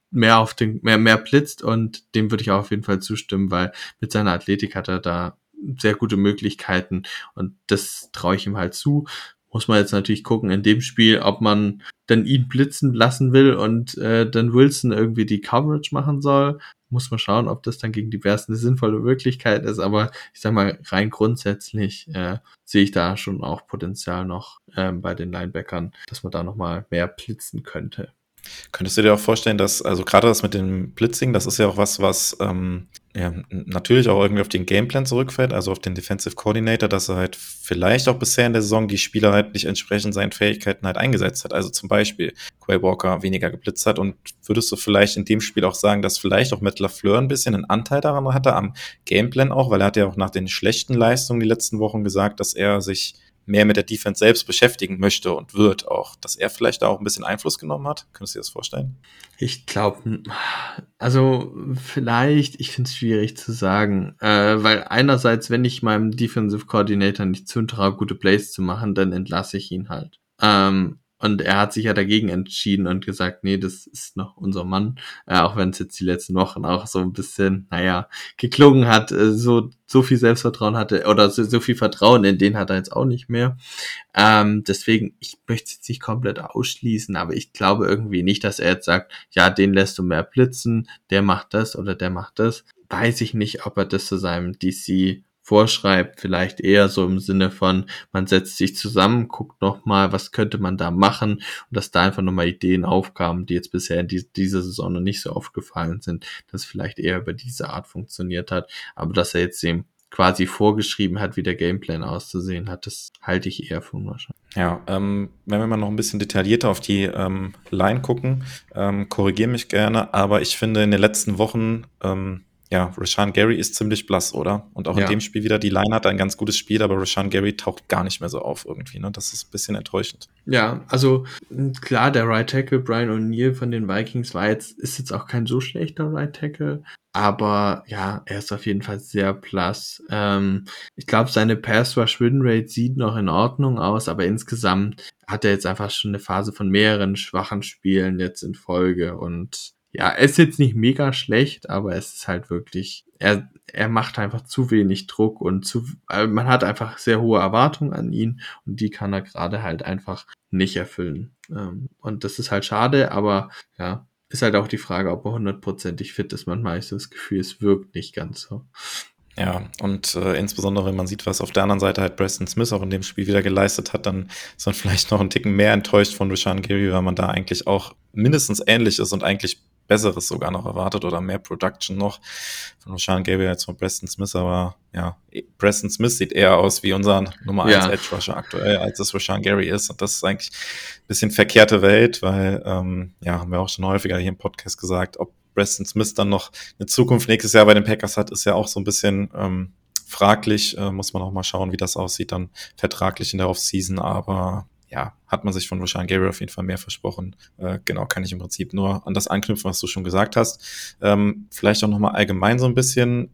mehr blitzt und dem würde ich auch auf jeden Fall zustimmen, weil mit seiner Athletik hat er da sehr gute Möglichkeiten und das traue ich ihm halt zu. Muss man jetzt natürlich gucken in dem Spiel, ob man dann ihn blitzen lassen will und dann Wilson irgendwie die Coverage machen soll. muss man schauen, ob das dann gegen die Bears eine sinnvolle Möglichkeit ist, aber ich sag mal, rein grundsätzlich sehe ich da schon auch Potenzial noch bei den Linebackern, dass man da nochmal mehr blitzen könnte. Könntest du dir auch vorstellen, dass, also gerade das mit dem Blitzing, das ist ja auch was ja, natürlich auch irgendwie auf den Gameplan zurückfällt, also auf den Defensive Coordinator, dass er halt vielleicht auch bisher in der Saison die Spieler halt nicht entsprechend seinen Fähigkeiten halt eingesetzt hat. Also zum Beispiel Quay Walker weniger geblitzt hat, und würdest du vielleicht in dem Spiel auch sagen, dass vielleicht auch Matt LaFleur ein bisschen einen Anteil daran hatte, am Gameplan auch, weil er hat ja auch nach den schlechten Leistungen die letzten Wochen gesagt, dass er sich mehr mit der Defense selbst beschäftigen möchte und wird auch, dass er vielleicht da auch ein bisschen Einfluss genommen hat? Könntest du dir das vorstellen? Ich glaube, also vielleicht, ich finde es schwierig zu sagen, weil einerseits, wenn ich meinem Defensive Coordinator nicht zutraue, gute Plays zu machen, dann entlasse ich ihn halt. Und er hat sich ja dagegen entschieden und gesagt, nee, das ist noch unser Mann, auch wenn es jetzt die letzten Wochen auch so ein bisschen, geklungen hat, so viel Selbstvertrauen hatte oder so viel Vertrauen in den hat er jetzt auch nicht mehr. Deswegen, ich möchte es jetzt nicht komplett ausschließen, aber ich glaube irgendwie nicht, dass er jetzt sagt, ja, den lässt du mehr blitzen, der macht das oder der macht das. Weiß ich nicht, ob er das zu seinem DC vorschreibt, vielleicht eher so im Sinne von, man setzt sich zusammen, guckt nochmal, was könnte man da machen, und dass da einfach nochmal Ideen aufkamen, die jetzt bisher in dieser Saison noch nicht so aufgefallen sind, dass vielleicht eher über diese Art funktioniert hat, aber dass er jetzt dem quasi vorgeschrieben hat, wie der Gameplan auszusehen hat, das halte ich eher für unwahrscheinlich. Ja, wenn wir mal noch ein bisschen detaillierter auf die Line gucken, korrigiere mich gerne, aber ich finde in den letzten Wochen, ja, Rashan Gary ist ziemlich blass, oder? Und auch in dem Spiel wieder, die Line hat ein ganz gutes Spiel, aber Rashan Gary taucht gar nicht mehr so auf irgendwie, ne? Das ist ein bisschen enttäuschend. Ja, also klar, der Right Tackle Brian O'Neill von den Vikings ist jetzt auch kein so schlechter Right Tackle, aber ja, er ist auf jeden Fall sehr blass. Ich glaube, seine Pass-Rush-Win-Rate sieht noch in Ordnung aus, aber insgesamt hat er jetzt einfach schon eine Phase von mehreren schwachen Spielen jetzt in Folge, und ja, er ist jetzt nicht mega schlecht, aber es ist halt wirklich, er macht einfach zu wenig Druck und man hat einfach sehr hohe Erwartungen an ihn, und die kann er gerade halt einfach nicht erfüllen. Und das ist halt schade, aber ja, ist halt auch die Frage, ob er 100%ig fit ist. Manchmal habe ich so das Gefühl, es wirkt nicht ganz so. Ja, und insbesondere, wenn man sieht, was auf der anderen Seite halt Preston Smith auch in dem Spiel wieder geleistet hat, dann ist man vielleicht noch einen Ticken mehr enttäuscht von Rashan Gary, weil man da eigentlich auch mindestens Ähnliches und eigentlich Besseres sogar noch erwartet oder mehr Production noch von Rashan Gary als von Preston Smith, aber ja, Preston Smith sieht eher aus wie unser Nummer 1 Edge Rusher aktuell, als es Rashan Gary ist, und das ist eigentlich ein bisschen verkehrte Welt, weil, ja, haben wir auch schon häufiger hier im Podcast gesagt, ob Preston Smith dann noch eine Zukunft nächstes Jahr bei den Packers hat, ist ja auch so ein bisschen fraglich, muss man auch mal schauen, wie das aussieht dann vertraglich in der Offseason, aber ja, hat man sich von Rashan Gary auf jeden Fall mehr versprochen. Genau, kann ich im Prinzip nur an das anknüpfen, was du schon gesagt hast. Vielleicht auch nochmal allgemein so ein bisschen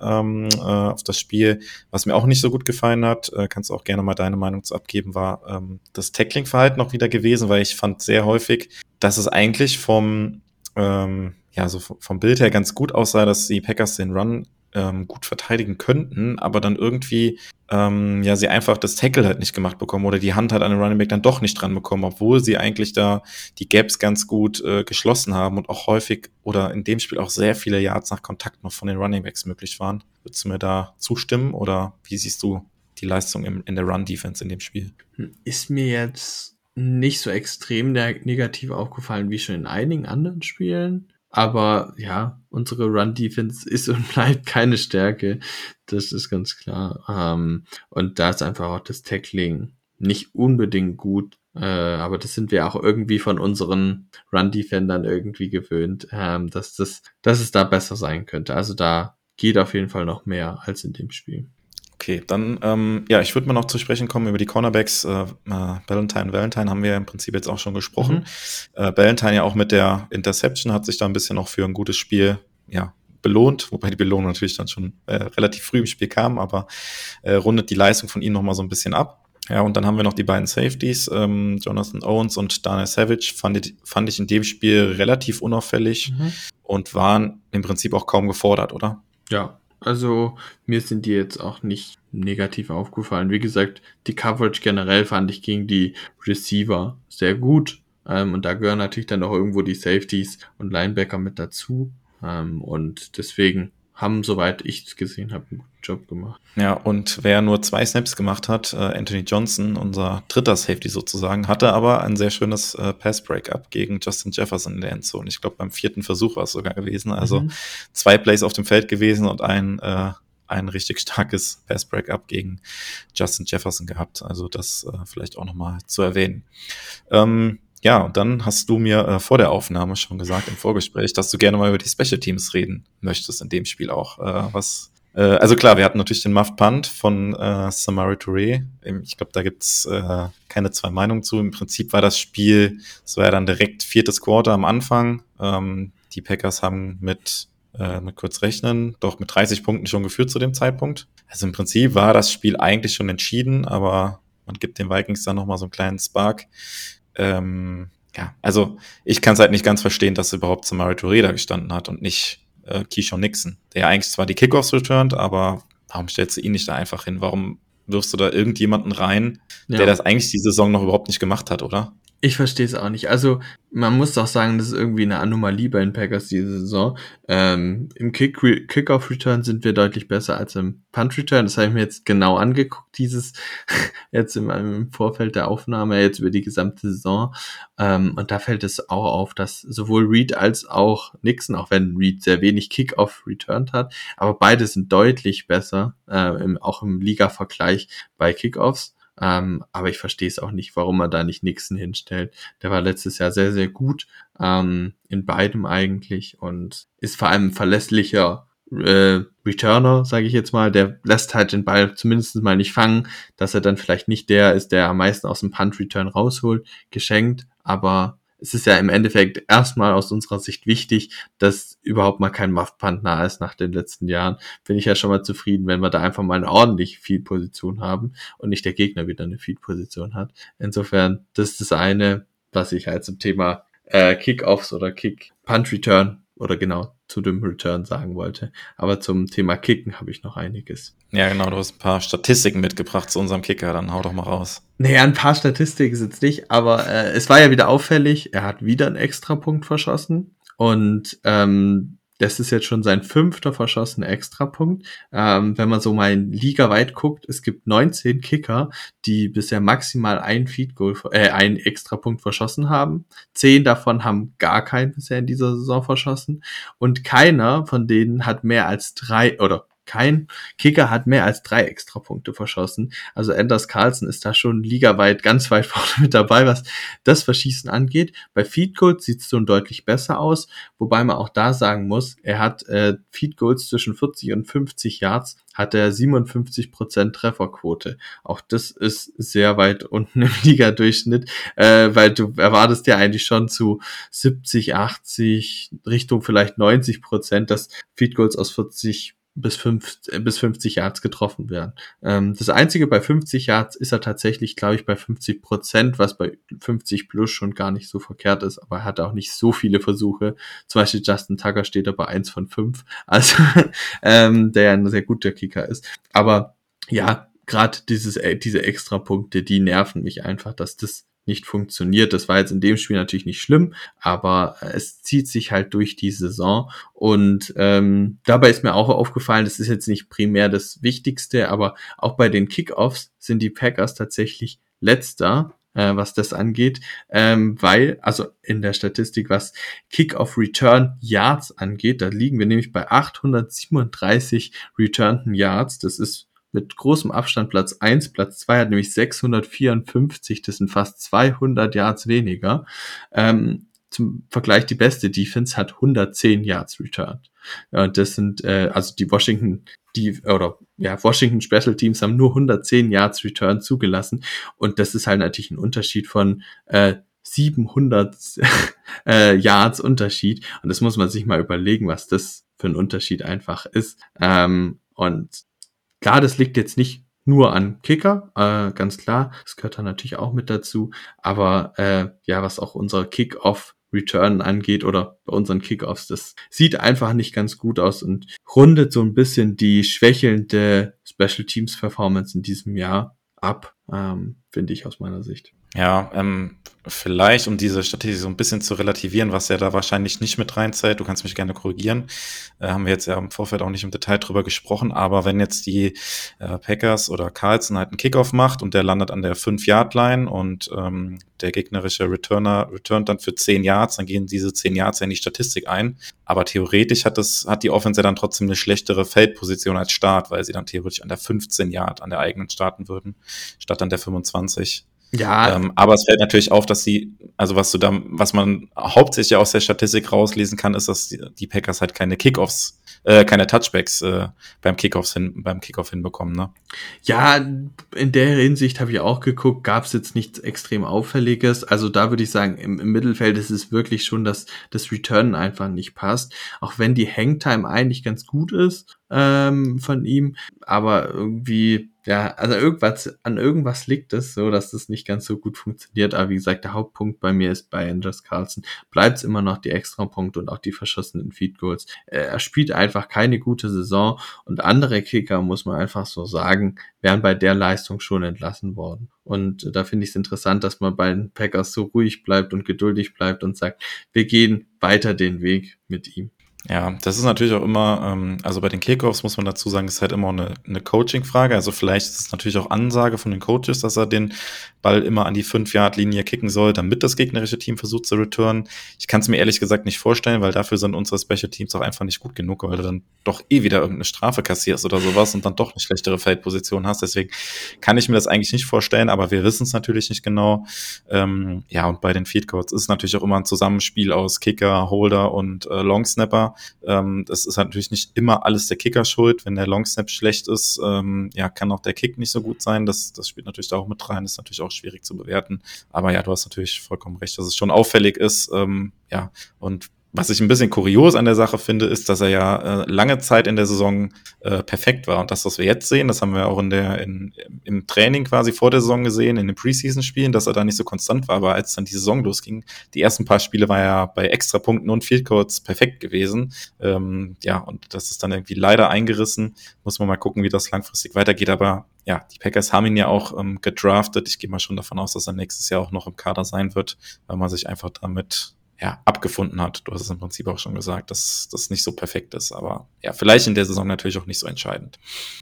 auf das Spiel, was mir auch nicht so gut gefallen hat, kannst du auch gerne mal deine Meinung zu abgeben, war das Tackling-Verhalten noch wieder gewesen, weil ich fand sehr häufig, dass es eigentlich vom Bild her ganz gut aussah, dass die Packers den Run gut verteidigen könnten, aber dann irgendwie sie einfach das Tackle halt nicht gemacht bekommen oder die Hand halt an den Running Back dann doch nicht dran bekommen, obwohl sie eigentlich da die Gaps ganz gut geschlossen haben und auch häufig oder in dem Spiel auch sehr viele Yards nach Kontakt noch von den Running Backs möglich waren. Würdest du mir da zustimmen oder wie siehst du die Leistung in der Run-Defense in dem Spiel? Ist mir jetzt nicht so extrem negativ aufgefallen wie schon in einigen anderen Spielen. Aber ja, unsere Run-Defense ist und bleibt keine Stärke. Das ist ganz klar. Und da ist einfach auch das Tackling nicht unbedingt gut. Aber das sind wir auch irgendwie von unseren Run-Defendern irgendwie gewöhnt, dass es da besser sein könnte. Also da geht auf jeden Fall noch mehr als in dem Spiel. Okay, dann, ich würde mal noch zu sprechen kommen über die Cornerbacks. Valentine haben wir im Prinzip jetzt auch schon gesprochen. Valentine ja auch mit der Interception hat sich da ein bisschen auch für ein gutes Spiel, belohnt, wobei die Belohnung natürlich dann schon relativ früh im Spiel kam, aber rundet die Leistung von ihm nochmal so ein bisschen ab. Ja, und dann haben wir noch die beiden Safeties, Jonathan Owens und Daniel Savage, fand ich in dem Spiel relativ unauffällig und waren im Prinzip auch kaum gefordert, oder? Ja. Also mir sind die jetzt auch nicht negativ aufgefallen. Wie gesagt, die Coverage generell fand ich gegen die Receiver sehr gut. Und da gehören natürlich dann auch irgendwo die Safeties und Linebacker mit dazu. Und deswegen haben, soweit ich es gesehen habe, einen guten Job gemacht. Ja, und wer nur 2 Snaps gemacht hat, Anthony Johnson, unser dritter Safety sozusagen, hatte aber ein sehr schönes Pass-Breakup gegen Justin Jefferson in der Endzone. Ich glaube, beim 4. Versuch war es sogar gewesen. Also 2 Plays auf dem Feld gewesen und ein richtig starkes Pass-Breakup gegen Justin Jefferson gehabt. Also das vielleicht auch nochmal zu erwähnen. Ja, und dann hast du mir vor der Aufnahme schon gesagt, im Vorgespräch, dass du gerne mal über die Special Teams reden möchtest in dem Spiel auch. Also klar, wir hatten natürlich den Muff Punt von Samori Touré. Ich glaube, da gibt's keine 2 Meinungen zu. Im Prinzip war das Spiel, es war ja dann direkt 4. Quarter am Anfang. Die Packers haben mit kurz rechnen, doch mit 30 Punkten schon geführt zu dem Zeitpunkt. Also im Prinzip war das Spiel eigentlich schon entschieden, aber man gibt den Vikings dann nochmal so einen kleinen Spark. Ja, also ich kann es halt nicht ganz verstehen, dass überhaupt Samori Touré da gestanden hat und nicht Keyshawn Nixon, der eigentlich zwar die Kickoffs returnt, aber warum stellst du ihn nicht da einfach hin? Warum wirfst du da irgendjemanden rein, der das eigentlich die Saison noch überhaupt nicht gemacht hat, oder? Ich verstehe es auch nicht. Also man muss doch sagen, das ist irgendwie eine Anomalie bei den Packers diese Saison. Im Kickoff-Return sind wir deutlich besser als im Punt-Return. Das habe ich mir jetzt genau angeguckt, jetzt im Vorfeld der Aufnahme, jetzt über die gesamte Saison. Und da fällt es auch auf, dass sowohl Reed als auch Nixon, auch wenn Reed sehr wenig Kickoff returned hat, aber beide sind deutlich besser, auch im Liga-Vergleich bei Kickoffs. Aber ich verstehe es auch nicht, warum man da nicht Nixon hinstellt. Der war letztes Jahr sehr, sehr gut in beidem eigentlich und ist vor allem ein verlässlicher Returner, sage ich jetzt mal. Der lässt halt den Ball zumindest mal nicht fangen, dass er dann vielleicht nicht der ist, der am meisten aus dem Punt-Return rausholt, geschenkt. Aber es ist ja im Endeffekt erstmal aus unserer Sicht wichtig, dass überhaupt mal kein Muff-Punt nah ist nach den letzten Jahren. Bin ich ja schon mal zufrieden, wenn wir da einfach mal eine ordentliche Field-Position haben und nicht der Gegner wieder eine Field-Position hat. Insofern, das ist das eine, was ich halt zum Thema Kickoffs oder Punt-Return oder genau zu dem Return sagen wollte. Aber zum Thema Kicken habe ich noch einiges. Ja, genau, du hast ein paar Statistiken mitgebracht zu unserem Kicker, dann hau doch mal raus. Naja, ein paar Statistiken sind es nicht, aber es war ja wieder auffällig, er hat wieder einen Extrapunkt verschossen und das ist jetzt schon sein 5. verschossener Extrapunkt. Wenn man so mal ligaweit guckt, es gibt 19 Kicker, die bisher maximal ein einen Extrapunkt verschossen haben. 10 davon haben gar keinen bisher in dieser Saison verschossen und keiner von denen hat mehr als 3 oder kein Kicker hat mehr als 3 Extrapunkte verschossen. Also Anders Carlson ist da schon ligaweit ganz weit vorne mit dabei, was das Verschießen angeht. Bei Field Goals sieht es schon deutlich besser aus, wobei man auch da sagen muss, er hat Field Goals zwischen 40 und 50 Yards, hat er 57% Trefferquote. Auch das ist sehr weit unten im Liga-Durchschnitt, weil du erwartest ja eigentlich schon zu 70, 80, Richtung vielleicht 90%, dass Field Goals aus 40 bis 50 Yards getroffen werden. Das Einzige bei 50 Yards ist er tatsächlich, glaube ich, bei 50%, was bei 50 plus schon gar nicht so verkehrt ist, aber er hat auch nicht so viele Versuche. Zum Beispiel Justin Tucker steht da bei 1 von 5, also der ja ein sehr guter Kicker ist. Aber ja, gerade diese Extrapunkte, die nerven mich einfach, dass das nicht funktioniert. Das war jetzt in dem Spiel natürlich nicht schlimm, aber es zieht sich halt durch die Saison und dabei ist mir auch aufgefallen, das ist jetzt nicht primär das Wichtigste, aber auch bei den Kickoffs sind die Packers tatsächlich letzter, was das angeht, weil, also in der Statistik, was Kickoff-Return Yards angeht, da liegen wir nämlich bei 837 returnten Yards, das ist mit großem Abstand Platz 1, Platz 2 hat nämlich 654, das sind fast 200 Yards weniger. Zum Vergleich, die beste Defense hat 110 Yards returned. Das sind, also die Washington Special Teams haben nur 110 Yards Return zugelassen und das ist halt natürlich ein Unterschied von 700 Yards Unterschied und das muss man sich mal überlegen, was das für ein Unterschied einfach ist. Und klar, das liegt jetzt nicht nur an Kicker, ganz klar, das gehört da natürlich auch mit dazu, aber was auch unser Kick-Off-Return angeht oder bei unseren Kickoffs, das sieht einfach nicht ganz gut aus und rundet so ein bisschen die schwächelnde Special Teams Performance in diesem Jahr ab, finde ich aus meiner Sicht. Ja, vielleicht, um diese Statistik so ein bisschen zu relativieren, was ja da wahrscheinlich nicht mit reinzählt, du kannst mich gerne korrigieren, haben wir jetzt ja im Vorfeld auch nicht im Detail drüber gesprochen, aber wenn jetzt die Packers oder Carlson halt einen Kickoff macht und der landet an der 5-Yard-Line und der gegnerische Returner returnt dann für 10 Yards, dann gehen diese 10 Yards ja in die Statistik ein, aber theoretisch hat die Offense ja dann trotzdem eine schlechtere Feldposition als Start, weil sie dann theoretisch an der 15 Yard an der eigenen starten würden, statt an der 25. Ja, Aber es fällt natürlich auf, dass also was man hauptsächlich aus der Statistik rauslesen kann, ist, dass die Packers halt keine Kickoffs, keine Touchbacks beim Kickoff hinbekommen, ne? ja, in der Hinsicht habe ich auch geguckt, gab es jetzt nichts extrem Auffälliges. Also da würde ich sagen, im Mittelfeld ist es wirklich schon, dass das Return einfach nicht passt. Auch wenn die Hangtime eigentlich ganz gut ist von ihm, aber irgendwie, ja, also an irgendwas liegt es so, dass das nicht ganz so gut funktioniert. Aber wie gesagt, der Hauptpunkt bei mir ist bei Anders Carlson, bleibt es immer noch die Extrapunkte und auch die verschossenen Field Goals. Er spielt einfach keine gute Saison und andere Kicker, muss man einfach so sagen, wären bei der Leistung schon entlassen worden. Und da finde ich es interessant, dass man bei den Packers so ruhig bleibt und geduldig bleibt und sagt, wir gehen weiter den Weg mit ihm. Ja, das ist natürlich auch immer, also bei den Kickoffs muss man dazu sagen, ist halt immer eine Coaching-Frage. Also vielleicht ist es natürlich auch Ansage von den Coaches, dass er den Ball immer an die 5-Yard-Linie kicken soll, damit das gegnerische Team versucht zu returnen. Ich kann es mir ehrlich gesagt nicht vorstellen, weil dafür sind unsere Special Teams auch einfach nicht gut genug, weil du dann doch wieder irgendeine Strafe kassierst oder sowas und dann doch eine schlechtere Feldposition hast. Deswegen kann ich mir das eigentlich nicht vorstellen, aber wir wissen es natürlich nicht genau. Ja, und bei den Field Goals ist es natürlich auch immer ein Zusammenspiel aus Kicker, Holder und Long Snapper. Das ist halt natürlich nicht immer alles der Kicker schuld. Wenn der Long Snap schlecht ist, ja, kann auch der Kick nicht so gut sein. Das spielt natürlich da auch mit rein. Das ist natürlich auch schwierig zu bewerten. Aber ja, du hast natürlich vollkommen recht, dass es schon auffällig ist. Ja, und was ich ein bisschen kurios an der Sache finde, ist, dass er ja lange Zeit in der Saison perfekt war. Und das, was wir jetzt sehen, das haben wir auch im Training quasi vor der Saison gesehen, in den Preseason-Spielen, dass er da nicht so konstant war. Aber als dann die Saison losging, die ersten paar Spiele war er bei Extrapunkten und Field Goals perfekt gewesen. Ja, und das ist dann irgendwie leider eingerissen. Muss man mal gucken, wie das langfristig weitergeht. Aber ja, die Packers haben ihn ja auch gedraftet. Ich gehe mal schon davon aus, dass er nächstes Jahr auch noch im Kader sein wird, weil man sich einfach damit abgefunden hat. Du hast es im Prinzip auch schon gesagt, dass das nicht so perfekt ist, aber ja, vielleicht in der Saison natürlich auch nicht so entscheidend.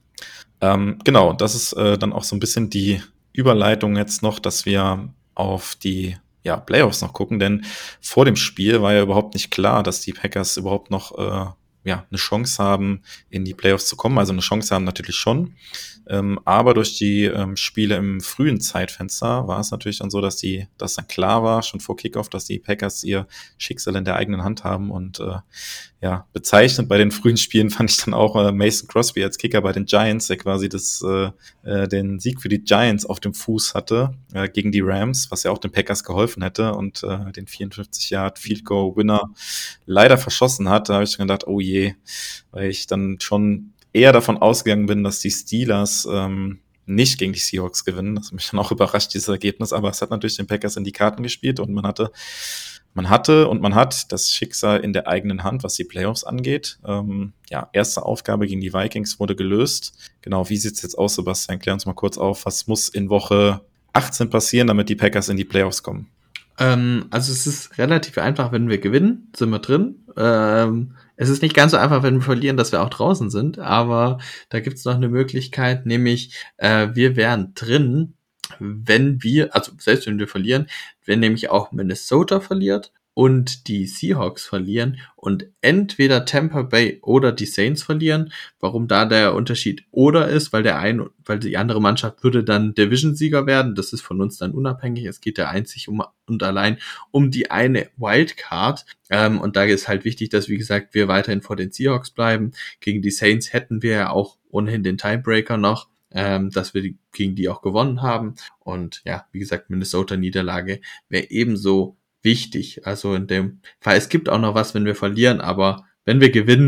Genau, das ist dann auch so ein bisschen die Überleitung jetzt noch, dass wir auf die Playoffs noch gucken, denn vor dem Spiel war ja überhaupt nicht klar, dass die Packers überhaupt noch eine Chance haben, in die Playoffs zu kommen. Also eine Chance haben natürlich schon. Aber durch die Spiele im frühen Zeitfenster war es natürlich dann so, dass dann klar war, schon vor Kickoff, dass die Packers ihr Schicksal in der eigenen Hand haben. Und bezeichnend bei den frühen Spielen fand ich dann auch Mason Crosby als Kicker bei den Giants, der quasi den Sieg für die Giants auf dem Fuß hatte gegen die Rams, was ja auch den Packers geholfen hätte und den 54-Yard-Field-Goal-Winner leider verschossen hat. Da habe ich schon gedacht, oh je, weil ich dann schon eher davon ausgegangen bin, dass die Steelers nicht gegen die Seahawks gewinnen. Das hat mich dann auch überrascht, dieses Ergebnis. Aber es hat natürlich den Packers in die Karten gespielt und man hat das Schicksal in der eigenen Hand, was die Playoffs angeht. Erste Aufgabe gegen die Vikings wurde gelöst. Genau, wie sieht's jetzt aus, Sebastian? Klär uns mal kurz auf. Was muss in Woche 18 passieren, damit die Packers in die Playoffs kommen? Also es ist relativ einfach, wenn wir gewinnen, sind wir drin. Es ist nicht ganz so einfach, wenn wir verlieren, dass wir auch draußen sind, aber da gibt es noch eine Möglichkeit, nämlich wir wären drin, selbst wenn wir verlieren, wenn nämlich auch Minnesota verliert und die Seahawks verlieren und entweder Tampa Bay oder die Saints verlieren. Warum da der Unterschied oder ist, weil die andere Mannschaft würde dann Division-Sieger werden. Das ist von uns dann unabhängig. Es geht ja einzig und allein um die eine Wildcard. Und da ist halt wichtig, dass, wie gesagt, wir weiterhin vor den Seahawks bleiben. Gegen die Saints hätten wir ja auch ohnehin den Tiebreaker noch, dass wir gegen die auch gewonnen haben. Und ja, wie gesagt, Minnesota-Niederlage wäre ebenso wichtig. Also in dem Fall, es gibt auch noch was, wenn wir verlieren, aber wenn wir gewinnen,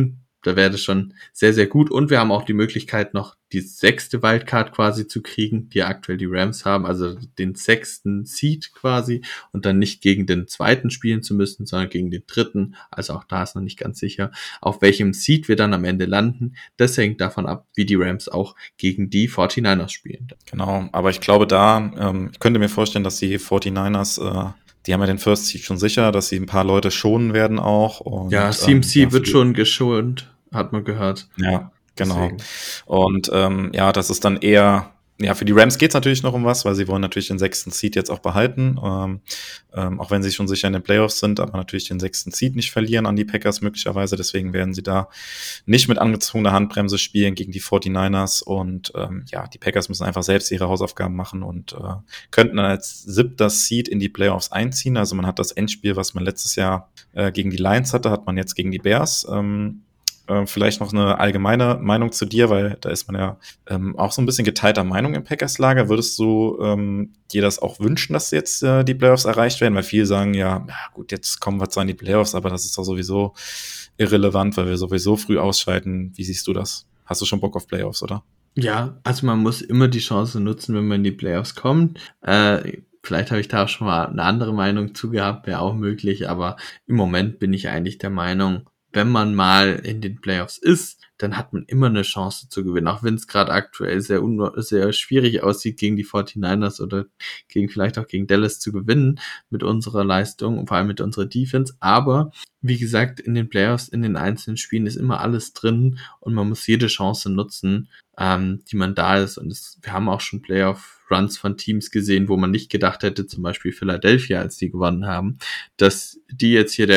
da wäre das schon sehr, sehr gut. Und wir haben auch die Möglichkeit, noch die 6. Wildcard quasi zu kriegen, die aktuell die Rams haben, also den 6. Seed quasi und dann nicht gegen den 2. spielen zu müssen, sondern gegen den 3. Also auch da ist noch nicht ganz sicher, auf welchem Seed wir dann am Ende landen. Das hängt davon ab, wie die Rams auch gegen die 49ers spielen. Genau, aber ich glaube ich könnte mir vorstellen, dass die 49ers, die haben ja den First Seed schon sicher, dass sie ein paar Leute schonen werden auch. Und, ja, CMC wird schon geschont, hat man gehört. Ja, genau. Deswegen. Und das ist dann eher, für die Rams geht's natürlich noch um was, weil sie wollen natürlich den 6. Seed jetzt auch behalten, auch wenn sie schon sicher in den Playoffs sind, aber natürlich den 6. Seed nicht verlieren an die Packers möglicherweise, deswegen werden sie da nicht mit angezogener Handbremse spielen gegen die 49ers und die Packers müssen einfach selbst ihre Hausaufgaben machen und könnten dann als 7. Seed in die Playoffs einziehen, also man hat das Endspiel, was man letztes Jahr gegen die Lions hatte, hat man jetzt gegen die Bears. Vielleicht noch eine allgemeine Meinung zu dir, weil da ist man ja auch so ein bisschen geteilter Meinung im Packers-Lager. Würdest du dir das auch wünschen, dass jetzt die Playoffs erreicht werden? Weil viele sagen, ja gut, jetzt kommen wir zwar in die Playoffs, aber das ist doch sowieso irrelevant, weil wir sowieso früh ausscheiden. Wie siehst du das? Hast du schon Bock auf Playoffs, oder? Ja, also man muss immer die Chance nutzen, wenn man in die Playoffs kommt. Vielleicht habe ich da auch schon mal eine andere Meinung zu gehabt, wäre auch möglich, aber im Moment bin ich eigentlich der Meinung, wenn man mal in den Playoffs ist, dann hat man immer eine Chance zu gewinnen, auch wenn es gerade aktuell sehr schwierig aussieht, gegen die 49ers oder vielleicht auch gegen Dallas zu gewinnen mit unserer Leistung und vor allem mit unserer Defense. Aber wie gesagt, in den Playoffs, in den einzelnen Spielen ist immer alles drin und man muss jede Chance nutzen, die man da ist. Und wir haben auch schon Playoff-Runs von Teams gesehen, wo man nicht gedacht hätte, zum Beispiel Philadelphia, als die gewonnen haben, dass die jetzt hier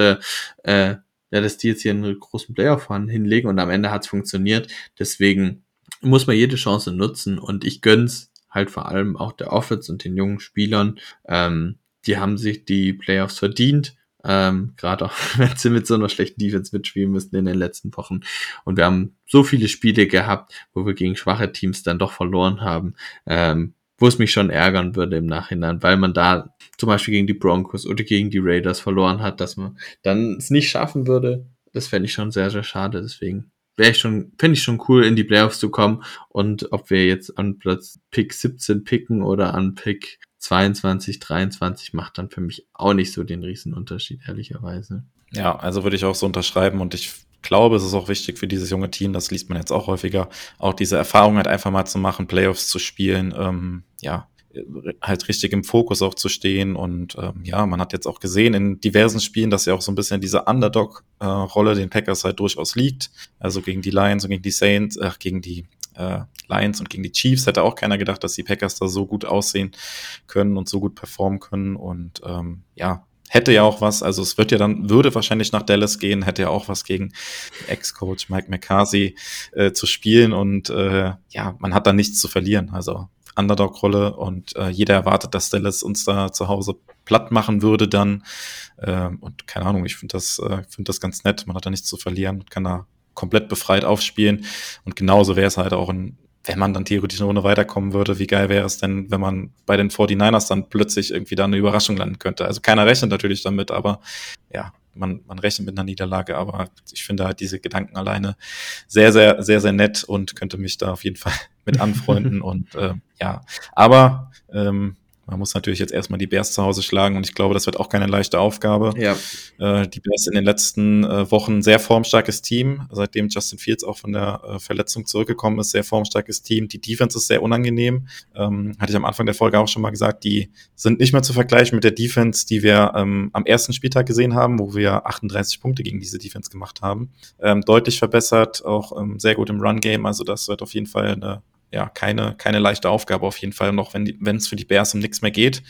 dass die jetzt hier einen großen Playoff-Run hinlegen und am Ende hat's funktioniert. Deswegen muss man jede Chance nutzen und ich gönn's halt vor allem auch der Offense und den jungen Spielern. Die haben sich die Playoffs verdient, gerade auch wenn sie mit so einer schlechten Defense mitspielen müssten in den letzten Wochen. Und wir haben so viele Spiele gehabt, wo wir gegen schwache Teams dann doch verloren haben, wo es mich schon ärgern würde im Nachhinein, weil man da zum Beispiel gegen die Broncos oder gegen die Raiders verloren hat, dass man dann es nicht schaffen würde. Das fände ich schon sehr, sehr schade. Deswegen fände ich schon cool, in die Playoffs zu kommen. Und ob wir jetzt an Platz Pick 17 picken oder an Pick 22, 23, macht dann für mich auch nicht so den riesen Unterschied, ehrlicherweise. Ja, also würde ich auch so unterschreiben und ich glaube, es ist auch wichtig für dieses junge Team, das liest man jetzt auch häufiger, auch diese Erfahrung halt einfach mal zu machen, Playoffs zu spielen, halt richtig im Fokus auch zu stehen und man hat jetzt auch gesehen in diversen Spielen, dass ja auch so ein bisschen diese Underdog-Rolle den Packers halt durchaus liegt, also gegen die Lions und gegen die Saints, gegen die Lions und gegen die Chiefs hätte auch keiner gedacht, dass die Packers da so gut aussehen können und so gut performen können und hätte ja auch was, also es würde wahrscheinlich nach Dallas gehen, hätte ja auch was gegen Ex-Coach Mike McCarthy zu spielen und man hat da nichts zu verlieren, also Underdog-Rolle und jeder erwartet, dass Dallas uns da zu Hause platt machen würde dann und keine Ahnung, ich finde das ganz nett, man hat da nichts zu verlieren und kann da komplett befreit aufspielen und genauso wäre es halt auch wenn man dann theoretisch eine Runde weiterkommen würde, wie geil wäre es denn, wenn man bei den 49ers dann plötzlich irgendwie da eine Überraschung landen könnte. Also keiner rechnet natürlich damit, aber ja, man rechnet mit einer Niederlage, aber ich finde halt diese Gedanken alleine sehr, sehr, sehr, sehr nett und könnte mich da auf jeden Fall mit anfreunden und aber man muss natürlich jetzt erstmal die Bears zu Hause schlagen und ich glaube, das wird auch keine leichte Aufgabe. Ja. Die Bears in den letzten Wochen ein sehr formstarkes Team, seitdem Justin Fields auch von der Verletzung zurückgekommen ist, sehr formstarkes Team. Die Defense ist sehr unangenehm. Hatte ich am Anfang der Folge auch schon mal gesagt, die sind nicht mehr zu vergleichen mit der Defense, die wir am ersten Spieltag gesehen haben, wo wir 38 Punkte gegen diese Defense gemacht haben. Deutlich verbessert, auch sehr gut im Run-Game, also das wird auf jeden Fall keine leichte Aufgabe auf jeden Fall, noch wenn es für die Bears um nichts mehr geht.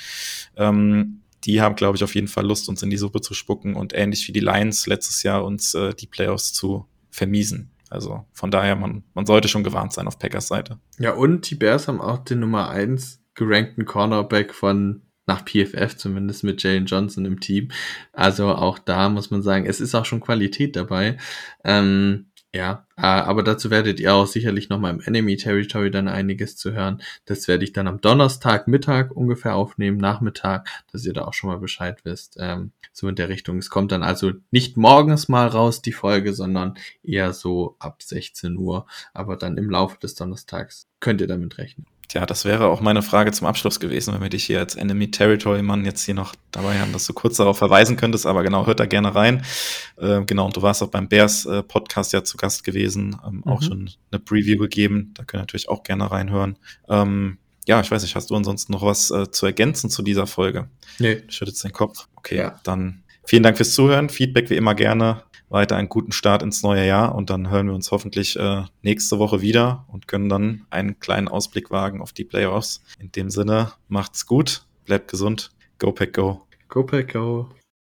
Die haben, glaube ich, auf jeden Fall Lust, uns in die Suppe zu spucken und ähnlich wie die Lions letztes Jahr uns die Playoffs zu vermiesen. Also von daher, man sollte schon gewarnt sein auf Packers Seite. Ja, und die Bears haben auch den Nummer 1 gerankten Cornerback nach PFF zumindest mit Jalen Johnson im Team. Also auch da muss man sagen, es ist auch schon Qualität dabei. Ja, aber dazu werdet ihr auch sicherlich nochmal im Enemy Territory dann einiges zu hören. Das werde ich dann am Donnerstag Mittag ungefähr aufnehmen, Nachmittag, dass ihr da auch schon mal Bescheid wisst. So in der Richtung. Es kommt dann also nicht morgens mal raus, die Folge, sondern eher so ab 16 Uhr. Aber dann im Laufe des Donnerstags könnt ihr damit rechnen. Tja, das wäre auch meine Frage zum Abschluss gewesen, wenn wir dich hier als Enemy Territory Mann jetzt hier noch dabei haben, dass du kurz darauf verweisen könntest, aber genau, hört da gerne rein. Genau, und du warst auch beim Bears Podcast ja zu Gast gewesen, auch schon eine Preview gegeben, da könnt ihr natürlich auch gerne reinhören. Ja, ich weiß nicht, hast du ansonsten noch was zu ergänzen zu dieser Folge? Nee. Schüttet den Kopf. Okay, Ja. Dann vielen Dank fürs Zuhören, Feedback wie immer gerne. Weiter einen guten Start ins neue Jahr und dann hören wir uns hoffentlich nächste Woche wieder und können dann einen kleinen Ausblick wagen auf die Playoffs. In dem Sinne, macht's gut, bleibt gesund, go Pack go. Go Pack go.